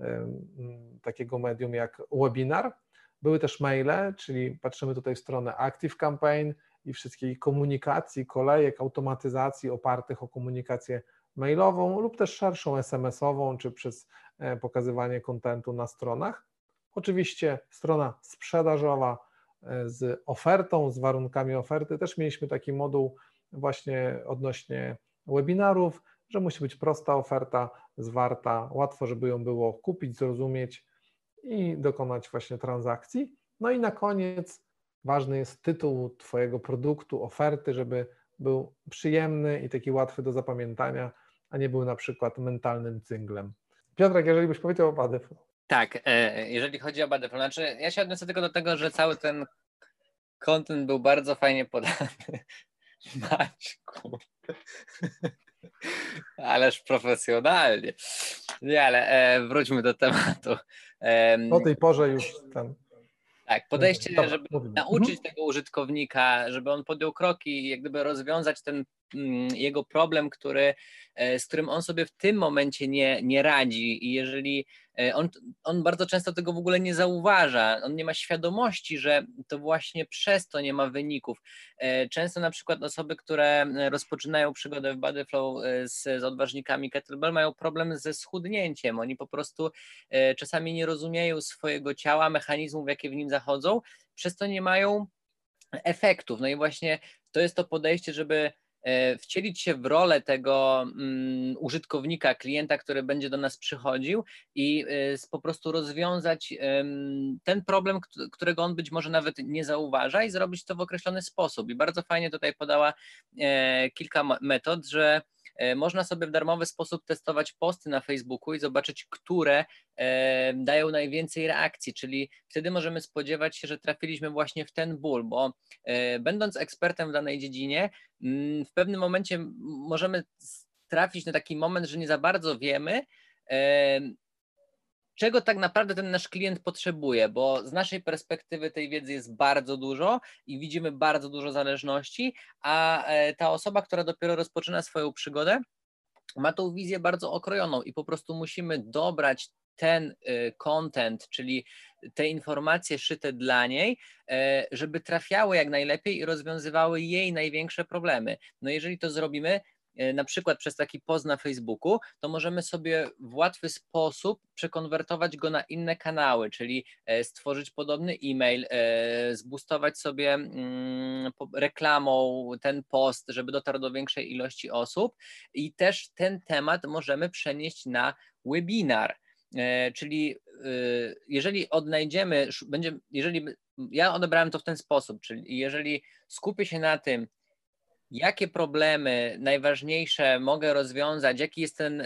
um, takiego medium jak webinar. Były też maile, czyli patrzymy tutaj w stronę ActiveCampaign i wszystkiej komunikacji, kolejek, automatyzacji opartych o komunikację mailową lub też szerszą es em esową, czy przez pokazywanie kontentu na stronach. Oczywiście strona sprzedażowa z ofertą, z warunkami oferty. Też mieliśmy taki moduł właśnie odnośnie webinarów, że musi być prosta oferta, zwarta, łatwo, żeby ją było kupić, zrozumieć i dokonać właśnie transakcji. No i na koniec ważny jest tytuł Twojego produktu, oferty, żeby był przyjemny i taki łatwy do zapamiętania, a nie był na przykład mentalnym cynglem. Piotrek, jeżeli byś powiedział o Bodyflow. Tak, jeżeli chodzi o Bodyflow, znaczy ja się odniosę tylko do tego, że cały ten content był bardzo fajnie podany. Maćku. Ależ profesjonalnie. Nie, ale e, wróćmy do tematu. E, o tej porze już tam. Tak, podejście, Dobra, żeby mówimy. nauczyć Mhm. tego użytkownika, żeby on podjął kroki i jak gdyby rozwiązać ten mm, jego problem, który, z którym on sobie w tym momencie nie, nie radzi i jeżeli on, on bardzo często tego w ogóle nie zauważa, on nie ma świadomości, że to właśnie przez to nie ma wyników. Często na przykład osoby, które rozpoczynają przygodę w Bodyflow z, z odważnikami kettlebell mają problem ze schudnięciem, oni po prostu czasami nie rozumieją swojego ciała, mechanizmów, jakie w nim zachodzą, przez to nie mają efektów. No i właśnie to jest to podejście, żeby wcielić się w rolę tego um, użytkownika, klienta, który będzie do nas przychodził i y, po prostu rozwiązać um, ten problem, którego on być może nawet nie zauważa i zrobić to w określony sposób. I bardzo fajnie tutaj podała e, kilka metod, że e, można sobie w darmowy sposób testować posty na Facebooku i zobaczyć, które e, dają najwięcej reakcji, czyli wtedy możemy spodziewać się, że trafiliśmy właśnie w ten ból, bo e, będąc ekspertem w danej dziedzinie, w pewnym momencie możemy trafić na taki moment, że nie za bardzo wiemy, czego tak naprawdę ten nasz klient potrzebuje, bo z naszej perspektywy tej wiedzy jest bardzo dużo i widzimy bardzo dużo zależności, a ta osoba, która dopiero rozpoczyna swoją przygodę, ma tą wizję bardzo okrojoną i po prostu musimy dobrać ten content, czyli te informacje szyte dla niej, żeby trafiały jak najlepiej i rozwiązywały jej największe problemy. No jeżeli to zrobimy na przykład przez taki post na Facebooku, to możemy sobie w łatwy sposób przekonwertować go na inne kanały, czyli stworzyć podobny e-mail, zboostować sobie reklamą ten post, żeby dotarł do większej ilości osób i też ten temat możemy przenieść na webinar. Czyli jeżeli odnajdziemy, będzie, jeżeli ja odebrałem to w ten sposób, czyli jeżeli skupię się na tym, jakie problemy najważniejsze mogę rozwiązać, jaki jest ten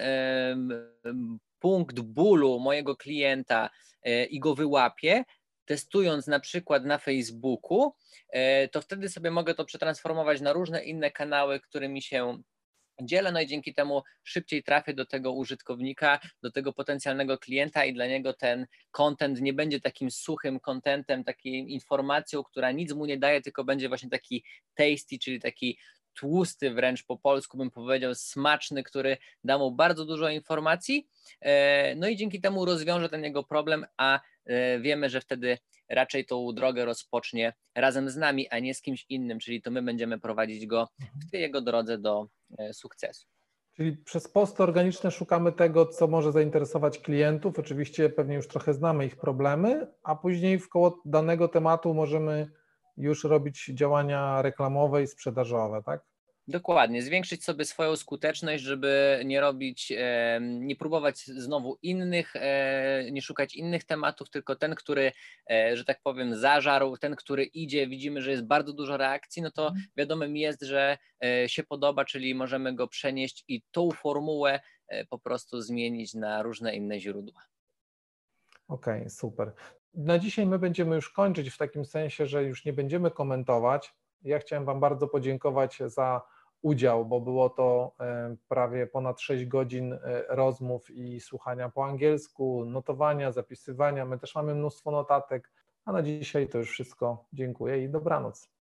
punkt bólu mojego klienta i go wyłapię, testując na przykład na Facebooku, to wtedy sobie mogę to przetransformować na różne inne kanały, którymi się dzielę, no i dzięki temu szybciej trafię do tego użytkownika, do tego potencjalnego klienta i dla niego ten content nie będzie takim suchym contentem, taką informacją, która nic mu nie daje, tylko będzie właśnie taki tasty, czyli taki tłusty wręcz po polsku bym powiedział, smaczny, który da mu bardzo dużo informacji, no i dzięki temu rozwiąże ten jego problem, a wiemy, że wtedy raczej tą drogę rozpocznie razem z nami, a nie z kimś innym, czyli to my będziemy prowadzić go w tej jego drodze do sukcesu. Czyli przez posty organiczne szukamy tego, co może zainteresować klientów. Oczywiście pewnie już trochę znamy ich problemy, a później wkoło danego tematu możemy już robić działania reklamowe i sprzedażowe, tak? Dokładnie, zwiększyć sobie swoją skuteczność, żeby nie robić, nie próbować znowu innych, nie szukać innych tematów, tylko ten, który, że tak powiem, zażarł, ten, który idzie, widzimy, że jest bardzo dużo reakcji, no to wiadomym jest, że się podoba, czyli możemy go przenieść i tą formułę po prostu zmienić na różne inne źródła. Okej, okay, super. Na dzisiaj my będziemy już kończyć w takim sensie, że już nie będziemy komentować. Ja chciałem Wam bardzo podziękować za udział, bo było to prawie ponad sześć godzin rozmów i słuchania po angielsku, notowania, zapisywania. My też mamy mnóstwo notatek, a na dzisiaj to już wszystko. Dziękuję i dobranoc.